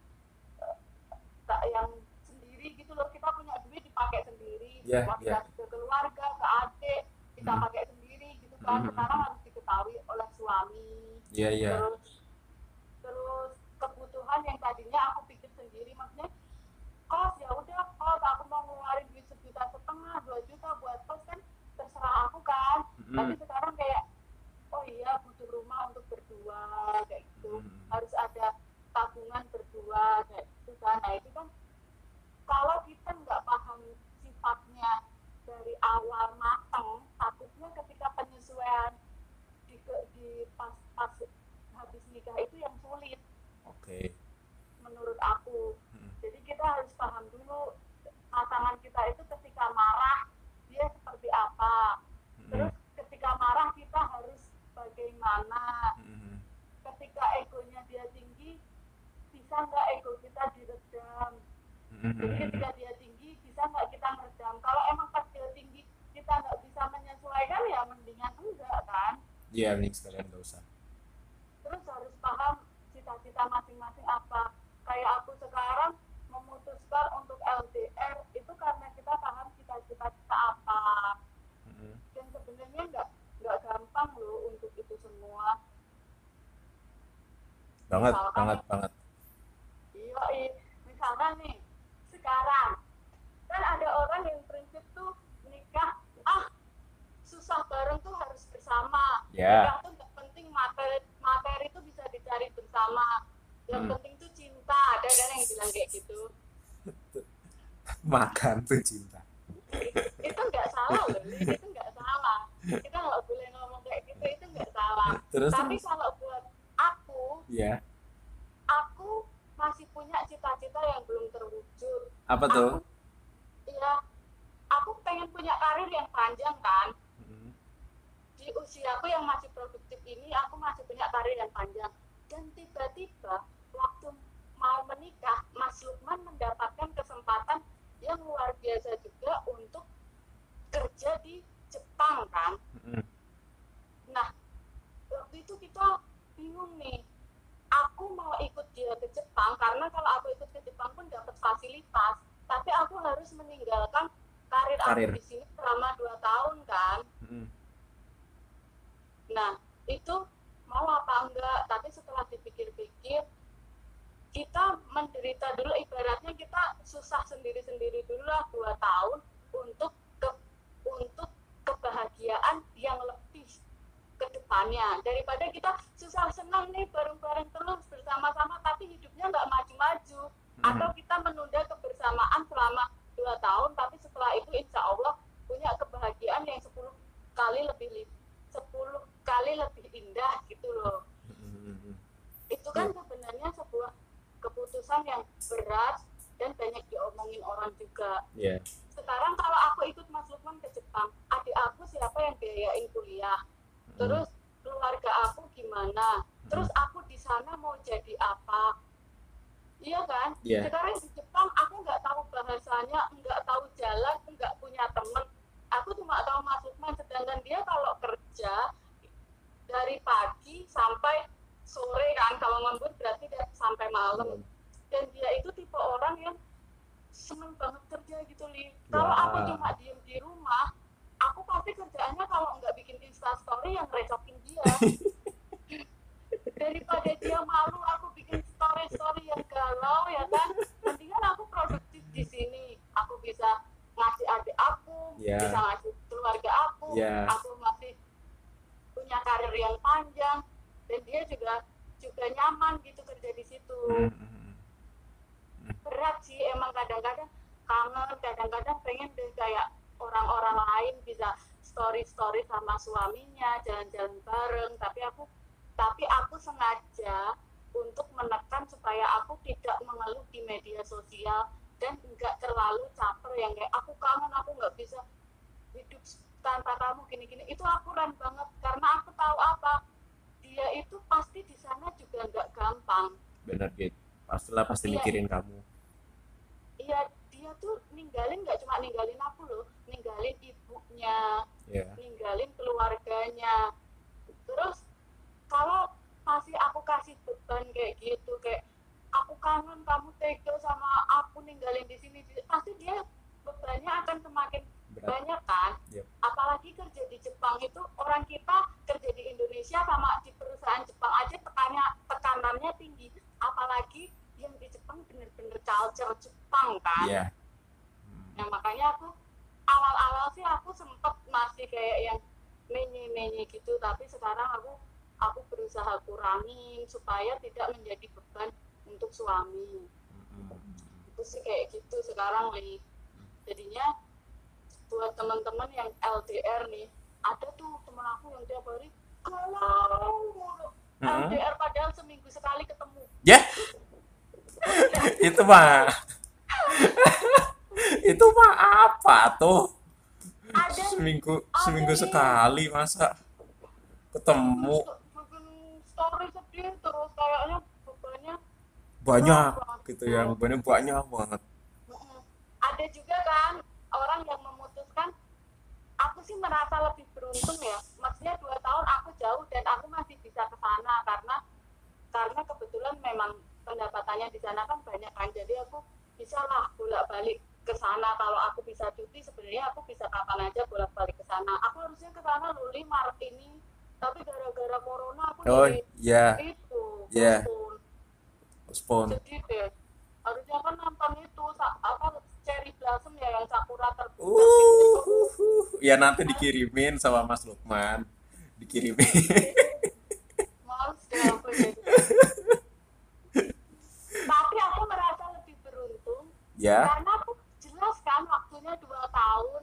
yang sendiri gitu loh, kita punya duit dipakai sendiri, Ya, mau ya. dikasih ke keluarga, ke adik kita Mm, pakai sendiri gitu mm, kan. mm, Sekarang mm. harus diketahui oleh suami. Iya, iya. terus terus kebutuhan yang tadinya aku pikir sendiri, maksudnya kos, ya udah kos, aku mau ngeluarin duit 1,5 juta 2 juta buat kos kan terserah aku kan. Tapi Mm, sekarang kayak oh iya butuh rumah untuk berdua kayak gitu, mm, harus ada tabungan berdua kayak gitu kan. Nah itu kan kalau kita nggak paham sifatnya dari awal matang, takutnya ketika penyesuaian di pas habis nikah itu yang sulit oke. menurut aku. Mm, Jadi kita harus paham dulu pasangan kita itu ketika marah dia seperti apa. mm, Terus ketika marah kita harus bagaimana. mm, Ketika egonya dia tinggi, bisa nggak ego kita diredam. mm, Jadi mm, mm. ketika dia tinggi, bisa nggak kita meredam. Kalau emang pas dia tinggi kita nggak bisa menyesuaikan, ya mendingan enggak kan. Iya, mending sekalian nggak usah. Terus harus paham cita-cita masing-masing apa. Kayak aku sekarang memutuskan untuk LDR itu karena kita paham cita-cita kita apa. Mm, Dan sebenarnya nggak gampang loh untuk itu semua. banget, Misalkan banget, nih, banget. iya, misalkan nih sekarang kan ada orang yang prinsip tuh nikah, ah susah bareng tuh harus bersama. Ya. Nikah tuh nggak penting materi, materi tuh bisa dicari bersama. Yang Mm. penting tuh cinta. Ada kan yang bilang kayak gitu. Makan tuh cinta. Itu nggak salah loh, itu nggak salah. Kita nggak boleh ngomong kayak gitu, itu nggak salah. Terus Tapi terus. kalau buat Ya. aku masih punya cita-cita yang belum terwujud. Apa tuh? Aku, ya, aku pengen punya karir yang panjang kan. Mm, Di usiaku yang masih produktif ini aku masih punya karir yang panjang, dan tiba-tiba waktu mau menikah Mas Lukman mendapatkan kesempatan yang luar biasa juga untuk kerja di Jepang kan. mm, Nah waktu itu kita bingung nih, aku mau ikut dia ke Jepang karena kalau aku ikut ke Jepang pun dapat fasilitas, tapi aku harus meninggalkan karir aku karir. di sini selama 2 tahun kan. Mm, Nah, itu mau apa enggak? Tapi setelah dipikir-pikir, kita menderita dulu, ibaratnya kita susah sendiri-sendiri dulu lah 2 tahun untuk untuk kebahagiaan yang lebih ke depan. hidupnya, daripada kita susah senang nih bareng-bareng terus bersama-sama tapi hidupnya nggak maju-maju, atau kita menunda kebersamaan selama 2 tahun tapi setelah itu insya Allah punya kebahagiaan yang 10 kali lebih 10 kali lebih indah gitu loh. Itu kan sebenarnya sebuah keputusan yang berat dan banyak diomongin orang juga. Sekarang kalau aku ikut Mas Lukman ke Jepang, adik aku siapa yang biayain kuliah, terus keluarga aku gimana, terus aku di sana mau jadi apa, iya kan? Sekarang di Jepang aku nggak tahu bahasanya, nggak tahu jalan, nggak punya temen, aku cuma tahu Mas Lukman, sedangkan dia kalau kerja dari pagi sampai sore kan, kalau lembur berarti sampai malam, dan dia itu tipe orang yang seneng banget kerja gitu Li. Kalau aku cuma diem di rumah, aku pasti kerjaannya kalau nggak bikin instastory yang recokin dia. Daripada dia malu aku bikin story yang galau ya kan, mendingan aku produktif di sini, aku bisa ngasih adik aku, bisa ngasih keluarga aku masih punya karir yang panjang, dan dia juga nyaman gitu kerja di situ. Berat sih emang, kadang-kadang kangen, kadang-kadang pengen deh kayak orang-orang lain bisa story sama suaminya, jalan-jalan bareng, tapi aku sengaja untuk menekan supaya aku tidak mengeluh di media sosial dan enggak terlalu caper yang kayak aku kangen, aku nggak bisa hidup tanpa kamu gini-gini. Itu aku ran banget karena aku tahu apa, dia itu pasti di sana juga nggak gampang. Benar gitu, pasti mikirin kamu. Iya, dia tuh ninggalin, nggak cuma ninggalin aku loh, ninggalin ibunya, ninggalin keluarganya. Terus kalau masih aku kasih beban kayak gitu, kayak aku kangen kamu tega sama aku ninggalin di sini, pasti dia bebannya akan semakin banyak kan. Apalagi kerja di Jepang itu, orang kita kerja di Indonesia sama di perusahaan Jepang aja tekanannya tinggi, apalagi yang di Jepang bener-bener culture Jepang kan. Nah makanya aku awal-awal sih aku sempet masih kayak yang menye gitu, tapi sekarang aku berusaha kurangin supaya tidak menjadi beban untuk suami. Itu sih kayak gitu sekarang nih. Jadinya buat teman-teman yang LDR nih, ada tuh temen aku yang tiap hari galau LDR padahal seminggu sekali ketemu. Itu mah apa tuh? Seminggu sekali masa ketemu. Bikin story sedih terus, kayaknya bebannya banyak gitu ya, bebannya banyak banget. Ada juga kan orang yang memutuskan, aku sih merasa lebih beruntung ya, maksudnya 2 tahun aku jauh dan aku masih bisa ke sana karena kebetulan memang pendapatannya di sana kan banyak kan, jadi aku bisa lah bolak-balik ke sana. Kalau aku bisa cuti sebenarnya aku bisa kapan aja bolak-balik ke sana. Aku harusnya ke sana luli Maret ini, tapi gara-gara corona aku postpone. Sedih deh. Harusnya kan nonton itu cherry blossom ya, yang sakura terbuka. Ya nanti dikirimin sama Mas Lukman, dikirimin. Males deh aku jadi. Tapi aku merasa lebih beruntung karena aku jelas kan waktunya 2 tahun,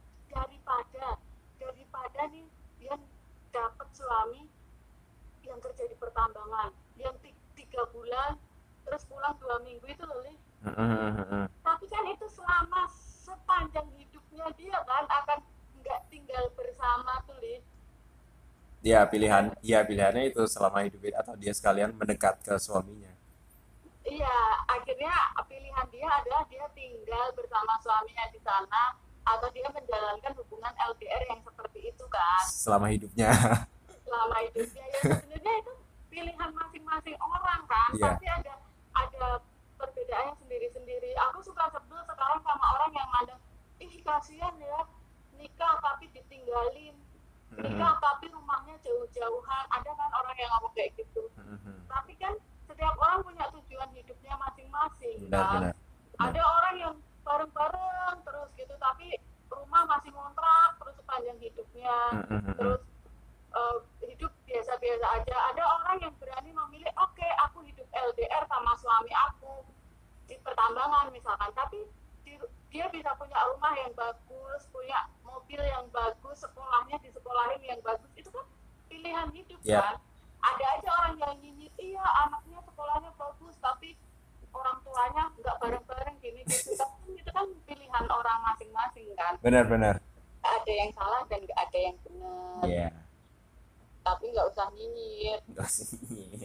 daripada nih dia dapat suami yang kerja di pertambangan yang 3 bulan terus pulang 2 minggu itu loh Li. Tapi kan itu selama sepanjang hidupnya dia kan akan nggak tinggal bersama tuh Li. Pilihannya itu selama hidup, atau dia sekalian mendekat ke suaminya. Iya, akhirnya pilihan dia adalah dia tinggal bersama suaminya di sana, atau dia menjalankan hubungan LDR yang seperti itu kan. Selama hidupnya Ya sebenarnya itu pilihan masing-masing orang kan. Pasti ada perbedaannya sendiri-sendiri. Aku suka sebel sekarang sama orang yang mandang, ih kasihan ya, nikah tapi ditinggalin, nikah tapi rumahnya jauh-jauhan. Ada kan orang yang ngomong kayak gitu. Tapi kan setiap orang punya tujuan hidupnya masing-masing kan. Ada orang yang bareng-bareng terus gitu, tapi rumah masih ngontrak terus sepanjang hidupnya, terus hidup biasa rumah yang bagus, punya mobil yang bagus, sekolahnya di sekolahin yang bagus, itu kan pilihan hidup Yap. kan. Ada aja orang yang nyinyir, iya anaknya sekolahnya bagus tapi orang tuanya nggak bareng-bareng gini gitu. Tapi itu kan pilihan orang masing-masing kan. Benar-benar. Nggak ada yang salah dan nggak ada yang benar. Iya. Tapi nggak usah nyinyir. Enggak sih.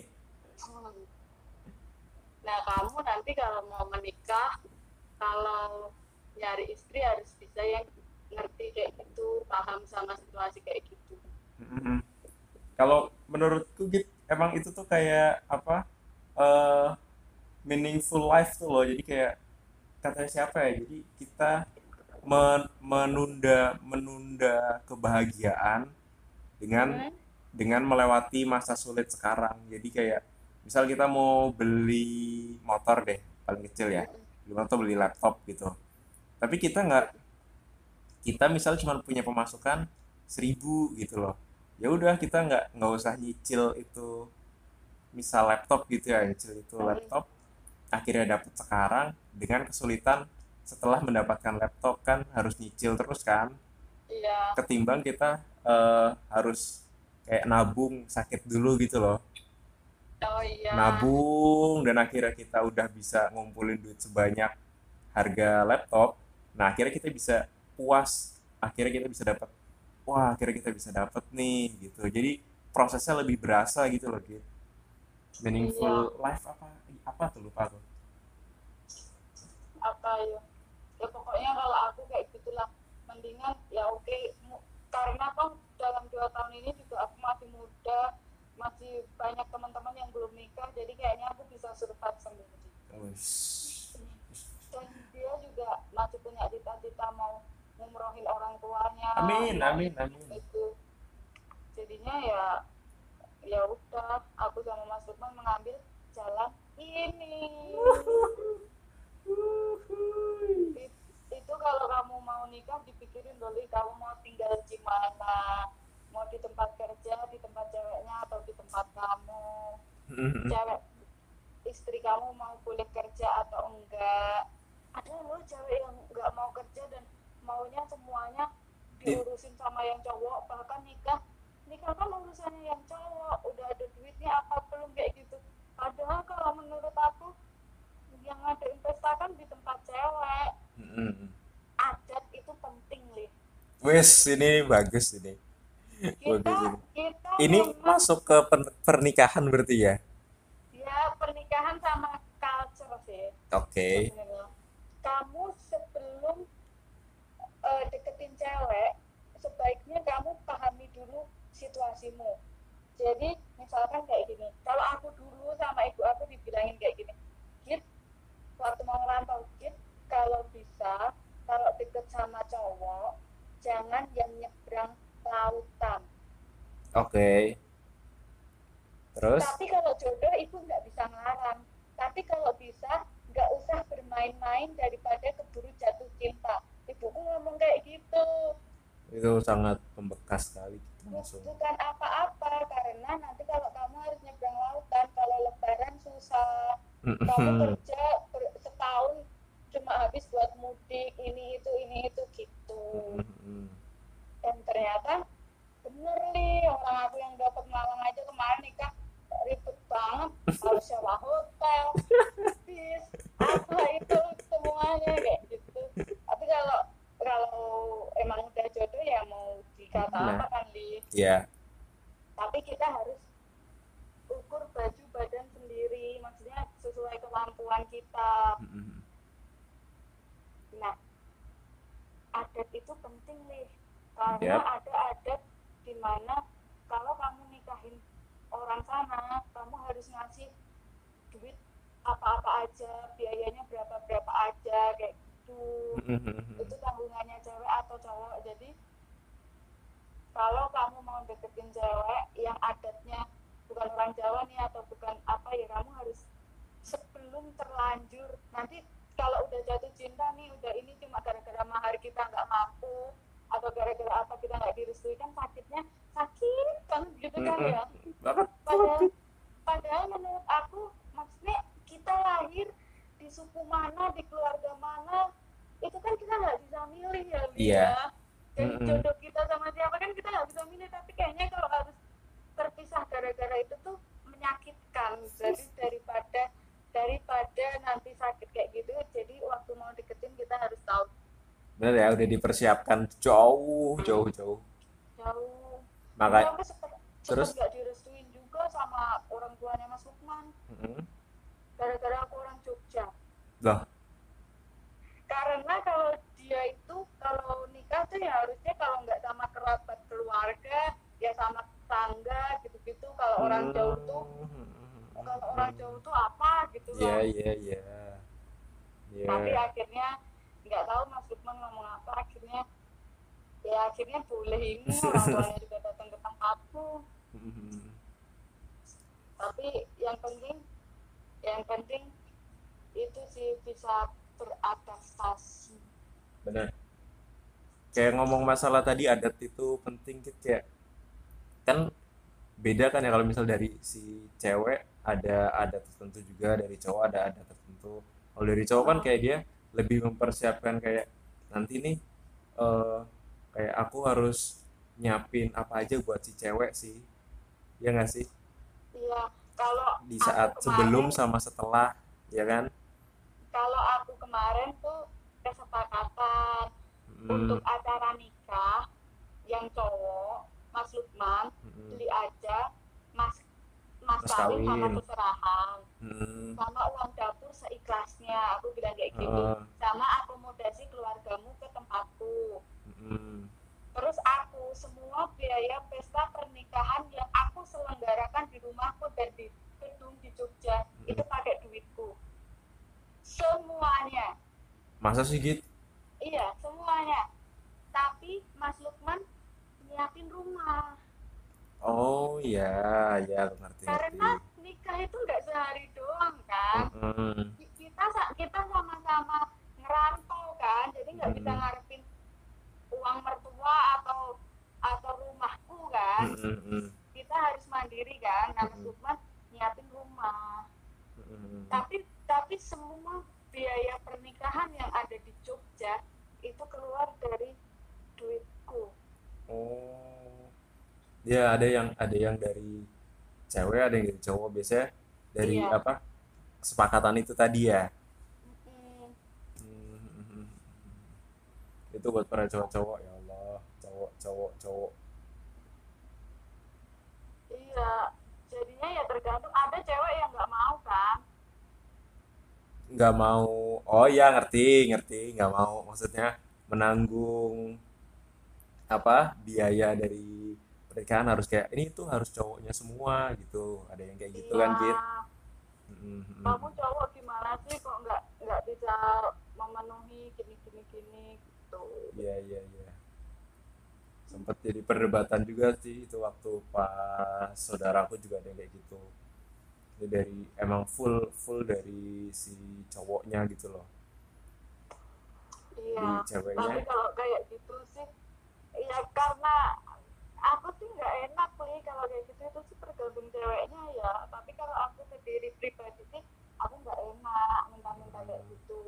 Nah kamu nanti kalau mau menikah, kalau nyari istri harus bisa yang ngerti kayak gitu, paham sama situasi kayak gitu. Mm-mm. Kalau menurutku gitu, emang itu tuh kayak apa? eh Meaningful life tuh loh. Jadi kayak katanya siapa ya? Jadi kita menunda menunda kebahagiaan dengan Hmm? melewati masa sulit sekarang. Jadi kayak misal kita mau beli motor deh, paling kecil ya, beli motor, beli laptop gitu. Tapi kita misal cuma punya pemasukan 1.000 gitu loh. Ya udah kita nggak usah nyicil itu, misal laptop gitu ya, nyicil itu laptop akhirnya dapat sekarang dengan kesulitan setelah mendapatkan laptop kan harus nyicil terus kan, Iya. ketimbang kita harus kayak nabung sakit dulu gitu loh, Oh iya. nabung dan akhirnya kita udah bisa ngumpulin duit sebanyak harga laptop, nah akhirnya kita bisa puas, akhirnya kita bisa dapat, wah akhirnya kita bisa dapat nih gitu, jadi prosesnya lebih berasa gitu loh gitu. Meaningful Iya. life apa apa tuh, lupa tuh. Apa ya? Ya pokoknya kalau aku kayak gitulah. Mendingan ya oke. Karena kan dalam 2 tahun ini juga aku masih muda, masih banyak teman-teman yang belum nikah, jadi kayaknya aku bisa survive sendiri. Wis. Dan dia juga masih punya cita-cita mau ngumrohin orang tuanya, Amin, mau amin, amin. itu. Jadinya ya ya udah aku sama Mas Lukman mengambil jalan ini. Itu kalau kamu mau nikah dipikirin dulu kamu mau tinggal di mana, mau di tempat kerja, di tempat ceweknya atau di tempat kamu, cewek istri kamu mau boleh kerja atau enggak. Ada loh cewek yang enggak mau kerja dan maunya semuanya Di- diurusin sama yang cowok, bahkan nikah nikah kan urusannya yang cowok, udah ada duitnya apa belum kayak gitu. Padahal kalau menurut aku yang ada investasi di tempat cewek, adat itu penting nih. Wes, ini bagus ini. kita Bagus ini. kita Ini memang masuk ke pernikahan berarti ya? ya pernikahan sama culture sih Oke. sebenarnya. Kamu sebelum deketin cewek, sebaiknya kamu pahami dulu situasimu. Jadi misalkan kayak gini, kalau aku dulu sama ibu aku dibilangin kayak gini, Git, waktu mau ngerantau, Git, kalau bisa, kalau deket sama cowok, jangan yang nyebrang lautan. Oke. Terus? Tapi kalau jodoh ibu nggak bisa ngelarang. Tapi kalau bisa nggak usah bermain-main daripada keburu jatuh cinta. Ibuku ngomong kayak gitu. Itu sangat membekas sekali gitu langsung. Bukan apa-apa karena nanti kalau kamu harus nyebrang lautan, kalau lebaran susah. Kamu kerja setahun cuma habis buat mudik ini itu gitu. Dan ternyata bener nih orang aku yang dapat Malang aja kemarin nikah ribet banget, harus sewa hotel, bis, apa itu semuanya kayak gitu. Tapi kalau kalau emang udah jodoh ya mau dikata Nah, apa kan Li. ya. Tapi kita harus ukur baju badan sendiri, maksudnya sesuai kemampuan kita. Nah, adat itu penting nih, karena Yap. ada adat di mana kalau kamu nikahin orang sana, kamu harus ngasih duit apa-apa aja, biayanya berapa-berapa aja kayak gitu. Itu tanggungannya cewek atau cowok. Jadi kalau kamu mau deketin cewek yang adatnya bukan orang Jawa nih atau bukan apa ya, kamu harus sebelum terlanjur nanti kalau udah jatuh cinta nih, udah ini cuma gara-gara mahar kita nggak mampu atau gara-gara apa kita nggak direstui, kan sakitnya sakit banget gitu kan ya. Banget. Padahal menurut aku maksudnya kita lahir di suku mana, di keluarga mana, itu kan kita nggak bisa milih Iya. Iya. Jadi Mm-mm. jodoh kita sama siapa kan kita nggak bisa milih, tapi kayaknya kalau harus terpisah gara-gara itu tuh menyakitkan. Jadi daripada nanti sakit kayak gitu, jadi waktu mau deketin kita harus tahu Bener ya, udah dipersiapkan jauh jauh jauh. jauh. Dulu Makanya aku sempet terus nggak direstuin juga sama orang tuanya Mas Lukman, mm-mm. gara-gara aku orang Jogja. Loh, Karena kalau dia itu kalau nikah tuh ya harusnya kalau nggak sama kerabat keluarga ya sama tetangga gitu-gitu. Kalau orang jauh tuh kalau orang jauh tuh apa gitu iya loh. iya iya Tapi iya. akhirnya nggak tahu Mas Lukman ngomong apa, akhirnya boleh ini orang tuanya juga datang ke tempatku. Tapi yang penting itu sih bisa beradaptasi. Bener. Kayak ngomong masalah tadi adat itu penting gitu ya. Kan beda kan ya kalau misal dari si cewek ada adat tertentu juga, dari cowok ada adat tertentu. Kalau dari cowok kan Hmm, kayak dia lebih mempersiapkan kayak nanti nih eh, kayak aku harus nyiapin apa aja buat si cewek sih. Ya nggak sih? iya, kalau Di aku saat sebelum kemarin sama setelah, ya kan? kalau aku kemarin tuh kesepakatan Hmm, untuk acara nikah yang cowok Mas Lukman hmm, beli aja mas mas mas kawin sama kawin. seserahan Hmm, sama uang dapur seikhlasnya, aku bilang kayak gitu, heeh, sama akomodasi keluargamu ke tempatku. hmm, Terus aku semua biaya pesta pernikahan yang aku selenggarakan di rumahku dan di gedung di Jogja hmm. itu pakai duitku semuanya. Masa sih gitu? Iya, semuanya. Tapi Mas Lukman nyiapin rumah. Oh iya, ya aku ngerti-ngerti. Karena nikah itu nggak sehari doang kan. Mm-mm, Kita sama-sama ngerantau kan, jadi nggak bisa mm-mm, ngarepin uang mertua atau rumahku kan. mm-mm, Kita harus mandiri kan. Nah, Mas mm-mm, Lukman nyiapin rumah. mm-mm. Tapi semua biaya pernikahan yang ada di Jogja itu keluar dari duitku. Oh, ya ada yang dari cewek, ada yang dari cowok. Biasanya dari Iya. apa? Kesepakatan itu tadi ya. Mm-mm. Hmm, itu buat para cowok-cowok ya Allah, cowok cowok cowok Iya, jadinya ya tergantung. Ada cewek yang nggak mau kan? nggak mau. Oh ya, ngerti ngerti, nggak mau maksudnya menanggung apa biaya dari pernikahan, harus kayak ini tuh harus cowoknya semua gitu, ada yang kayak gitu Iya, kan Kit. Mm, mm, kamu mm. cowok gimana sih kok nggak bisa memenuhi gini gini gini gitu. Iya iya iya, sempat jadi perdebatan juga sih itu waktu pas saudaraku juga ada yang kayak gitu. Ini dari emang full full dari si cowoknya gitu loh, Iya, di tapi ceweknya kalau kayak gitu sih, ya karena aku sih nggak enak nih kalau kayak gitu itu sih tergantung ceweknya ya. Tapi kalau aku sendiri pribadi sih, aku nggak enak minta-minta kayak gitu.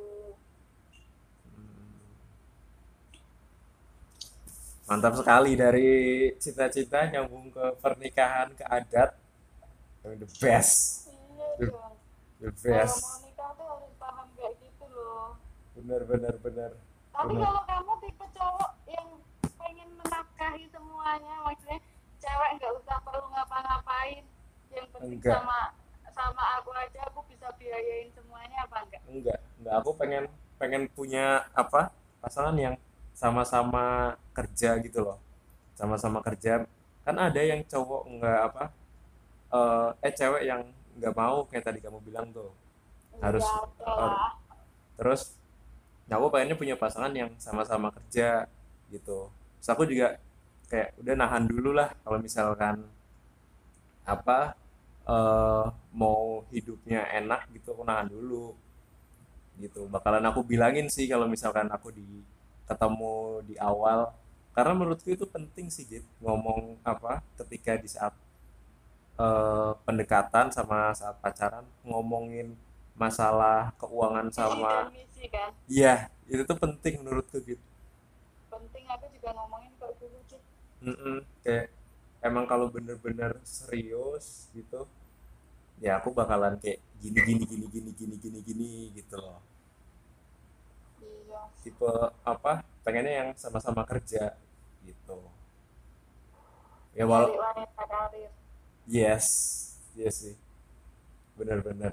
mantap sekali dari cita-cita nyambung ke pernikahan ke adat, yang the best, Iya the, dong. the Kalau mau best, nikah tuh harus paham kayak gitu loh. bener bener bener Tapi bener. kalau kamu tipe cowok yang pengen menafkahi semuanya, maksudnya cewek nggak usah perlu ngapa-ngapain, yang penting Enggak, sama sama aku aja, aku bisa biayain semuanya apa enggak? enggak, aku pengen pengen punya apa, pasangan yang sama-sama kerja gitu loh, sama-sama kerja. Kan ada yang cowok enggak apa, cewek yang nggak mau kayak tadi kamu bilang tuh, Iya harus ada har- lah. terus. Nah, aku pengennya punya pasangan yang sama-sama kerja gitu. Terus aku juga kayak udah nahan dulu lah kalau misalkan apa, eh mau hidupnya enak gitu, aku nahan dulu gitu. Bakalan aku bilangin sih kalau misalkan aku ketemu di awal, karena menurutku itu penting sih Jit, ngomong apa ketika di saat pendekatan sama saat pacaran, ngomongin masalah keuangan Visi sama, dan misi kan. iya itu tuh penting menurutku gitu. penting aku juga ngomongin kok dulu sih. Kayak emang kalau bener-bener serius gitu ya aku bakalan kayak gini gini gini gini gini gini gini gitu loh, Iya, tipe apa, pengennya yang sama-sama kerja gitu ya nyari walau wanita karir. yes, yes sih, bener-bener.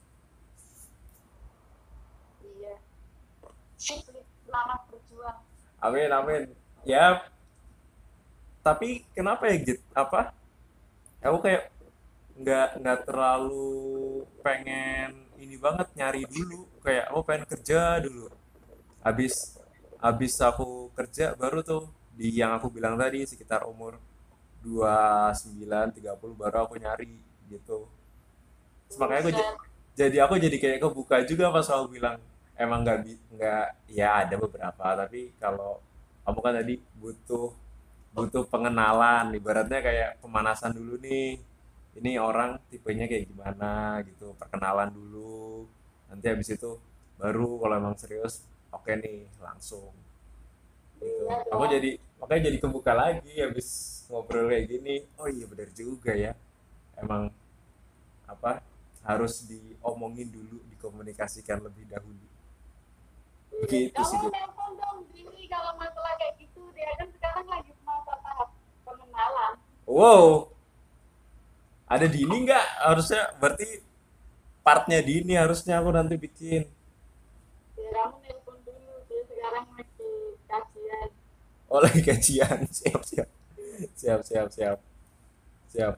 Iya, sip, selamat berjuang. Amin amin. Ya tapi kenapa ya gitu apa, aku kayak nggak terlalu pengen ini banget nyari dulu, kayak aku pengen kerja dulu, habis habis aku kerja baru tuh di yang aku bilang tadi sekitar umur 29 30 baru aku nyari gitu. Terus makanya aku Buset. jadi aku jadi kayak kebuka juga pas kamu bilang emang nggak ya ada beberapa, tapi kalau kamu kan tadi butuh butuh pengenalan, ibaratnya kayak pemanasan dulu nih, ini orang tipenya kayak gimana gitu, perkenalan dulu, nanti habis itu baru kalau emang serius oke nih langsung gitu. Iya Aku dong. jadi makanya jadi kebuka lagi habis ngobrol kayak gini, oh iya benar juga ya, emang apa, harus diomongin dulu, dikomunikasikan lebih dahulu, Iya. begitu Kamu sih gitu. nelpon dong Dini kalau masalah kayak gitu. Dia kan sekarang lagi masa tahap pengenalan. Wow, ada Dini nggak, harusnya berarti partnya Dini harusnya aku nanti bikin. Ya kamu nelpon dulu. Dia sekarang lagi kajian. Oh lagi kajian. Siap siap siap siap siap siap,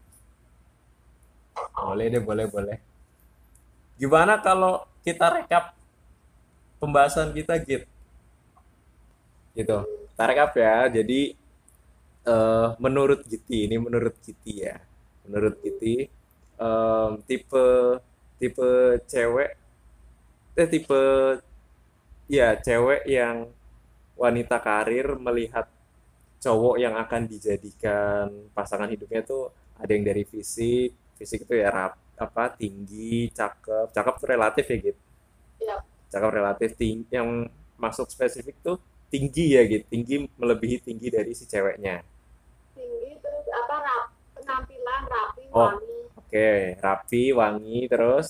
boleh deh, boleh boleh. Gimana kalau kita rekap pembahasan kita gitu, gitu, kita rekap ya. Jadi menurut Giti, ini menurut Giti ya, menurut Giti tipe tipe cewek, tipe ya cewek yang wanita karir melihat cowok yang akan dijadikan pasangan hidupnya tuh ada yang dari fisik, fisik itu ya apa, tinggi, cakep, cakep tuh relatif ya gitu, Ya, cakep relatif, tinggi yang masuk spesifik tuh tinggi ya gitu, tinggi melebihi tinggi dari si ceweknya. tinggi terus apa penampilan rapi, Oh wangi. oke, rapi, wangi, terus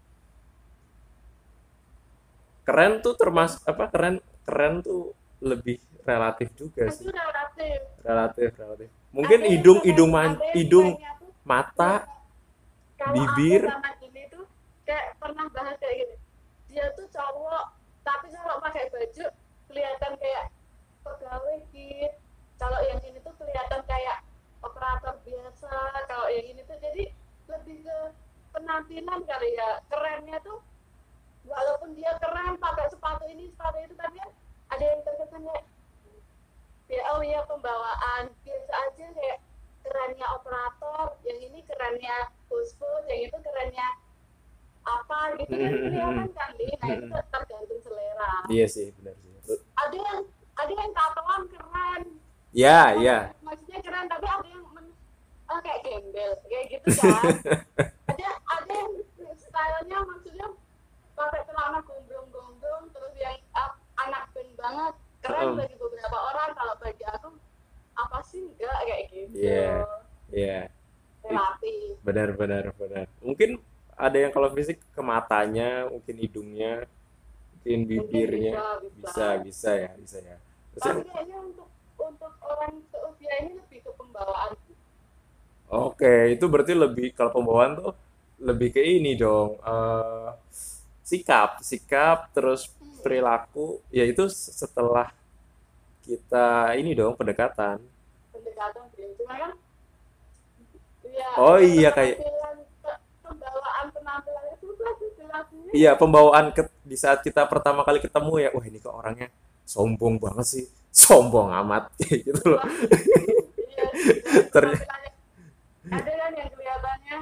keren tuh termasuk apa, keren, keren tuh lebih relatif juga Itu sih, relatif. relatif relatif, mungkin hidung, Ada yang hidung, kerennya tuh mata, ya, kalau aku bibir. sama gini tuh kayak pernah bahas kayak gini, dia tuh cowok tapi kalau pakai baju kelihatan kayak pegawai gitu, kalau yang ini tuh kelihatan kayak operator biasa, kalau yang ini tuh jadi lebih ke penampilan kali ya, kerennya tuh walaupun dia keren pakai sepatu ini sepatu itu tapi kan ada yang terkesan kayak ya oh ya pembawaan biasa aja, kayak kerennya operator, yang ini kerennya bos-bos, yang itu kerennya apa gitu kan kelihatan kan nih. Nah itu tergantung selera. Iya sih, benar sih. Ada yang tatoan keren, Ya, ya. maksudnya keren tapi ada yang kayak gembel kayak gitu kan. Ada yang stylenya maksudnya pakai celana gombrong-gombrong terus yang anak band banget, keren bagi beberapa orang, kalau bagi aku apa sih enggak kayak gitu. Iya, iya. Relatif. Benar, benar, benar. Mungkin ada yang kalau fisik ke matanya, mungkin hidungnya, mungkin Mungkin bibirnya, bisa. bisa ya, bisa ya. Terus Tapi kayaknya untuk orang seusia ini lebih ke pembawaan. oke, itu berarti lebih kalau pembawaan tuh lebih ke ini dong, sikap, sikap, terus perilaku, ya itu setelah kita ini dong pendekatan. Pendekatan sih cuma kan ya Oh iya kayak, keterampilan pembawaan penampilannya susah sih jelasinnya. iya pembawaan di saat kita pertama kali ketemu ya, wah ini kok orangnya sombong banget sih, sombong amat kayak gitu loh. Wah, iya sih Ternyata, penampilannya ada kan yang kelihatannya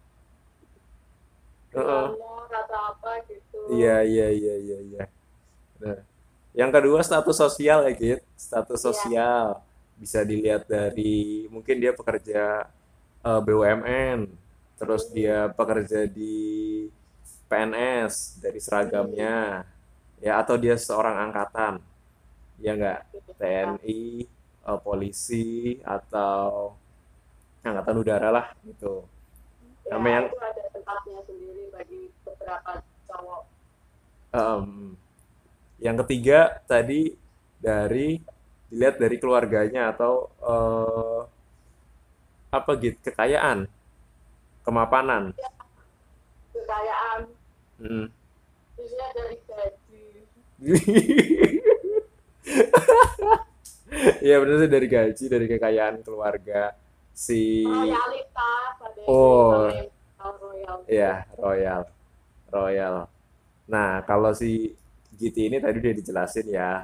heeh. glamor atau apa gitu. Iya iya iya iya iya. Nah, yang kedua status sosial ya gitu, status Iya. sosial bisa dilihat dari mungkin dia pekerja BUMN, terus dia pekerja di PNS dari Hmm. seragamnya, ya atau dia seorang angkatan. ya nggak? TNI, polisi atau angkatan udara lah gitu. Ya Sama yang itu ada tempatnya sendiri bagi beberapa cowok. em, yang ketiga tadi dari dilihat dari keluarganya atau apa gitu, kekayaan, kemapanan. Ya, kekayaan Mm. biasanya dari gaji, Iya benar sih, dari gaji, dari kekayaan keluarga si. royalitas, ada yang bilang Oh royal iya, gitu. royal, royal. Nah kalau si GT ini tadi udah dijelasin ya,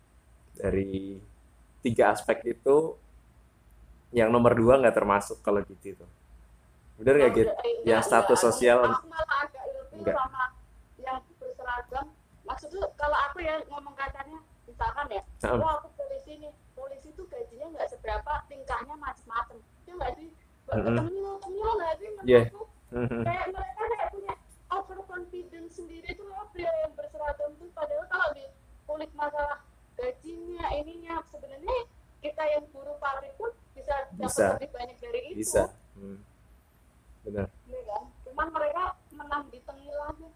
dari tiga aspek itu yang nomor dua nggak termasuk kalau GT itu. Bener nggak Oh, Git? Yang enggak, status sosial aku malah agak ilfil enggak. sama yang berseragam. Maksudnya kalau aku ya ngomong kasarnya, misalkan ya, Heeh. wah aku polisi nih, polisi tuh gajinya nggak seberapa, tingkahnya macem-macem. Itu nggak sih, Heeh. tengil nggak sih Iya. menurutku? Heeh. Kayak mereka kayak punya overconfidence sendiri tuh loh, pria yang berseragam tuh. Padahal kalau di kulik masalah gajinya, ininya, sebenarnya kita yang buruh pabrik pun bisa dapat Bisa, lebih banyak dari itu. bisa. Benar. Iya kan? Cuman mereka menang di tengil aja.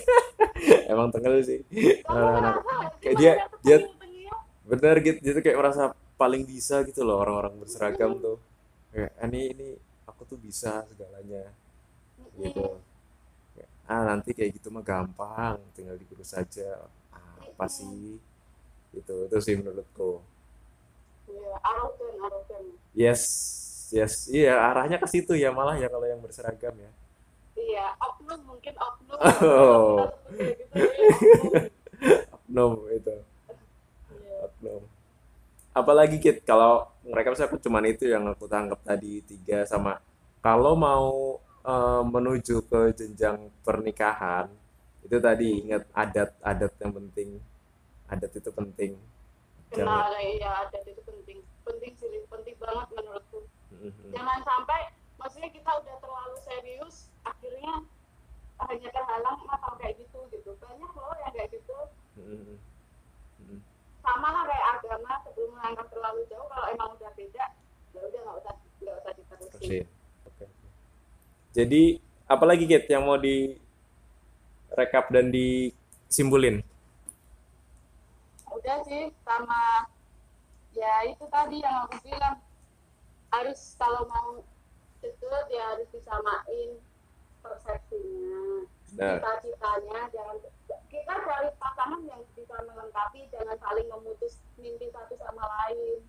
Emang tengil sih. Kamu Anak-anak ngerasa nggak sih kayak dia mereka tuh dia tengil-tengil? bener gitu, dia tuh kayak merasa paling bisa gitu loh, orang-orang berseragam Mm-mm, tuh. Kayak ini aku tuh bisa segalanya mm-mm, gitu. Kayak, nanti kayak gitu mah gampang, tinggal diurus saja. Apa mm-mm. sih? Itu sih menurutku. Iya, arogan, arogan. Yes, yes, iya arahnya ke situ ya malah ya kalau yang berseragam ya. Iya, oknum mungkin oknum. Kalau kita Oh, sebut kayak gitu ya oknum. oknum itu, Iya. oknum. Apalagi Kit, kalau mereka misalnya cuman itu yang aku tangkap tadi tiga, sama kalau mau menuju ke jenjang pernikahan itu tadi Mm-mm. ingat adat-adat yang penting, adat itu penting, jangan. Kenal, iya adat itu penting. Penting sih, penting banget menurutku. Mhm, Jangan sampai, maksudnya kita udah terlalu serius, akhirnya hanya terhalang sama kayak gitu gitu. Banyak loh yang kayak gitu. mhm, mhm. Sama lah kayak agama, sebelum melangkah terlalu jauh, kalau emang udah beda ya udah nggak usah diterusin. Oke, oke. Jadi apalagi Kit yang mau direkap dan disimpulin? Udah sih, sama ya itu tadi yang aku bilang, harus kalau mau deket ya harus disamain persepsinya, Nah, cita-citanya. Jangan, kita cari pasangan yang bisa melengkapi, jangan saling memutus mimpi satu sama lain.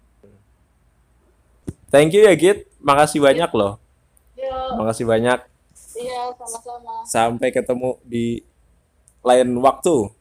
thank you ya Git, makasih Yuk, banyak loh, yuk. makasih banyak. Iya, sama-sama. Sampai ketemu di lain waktu.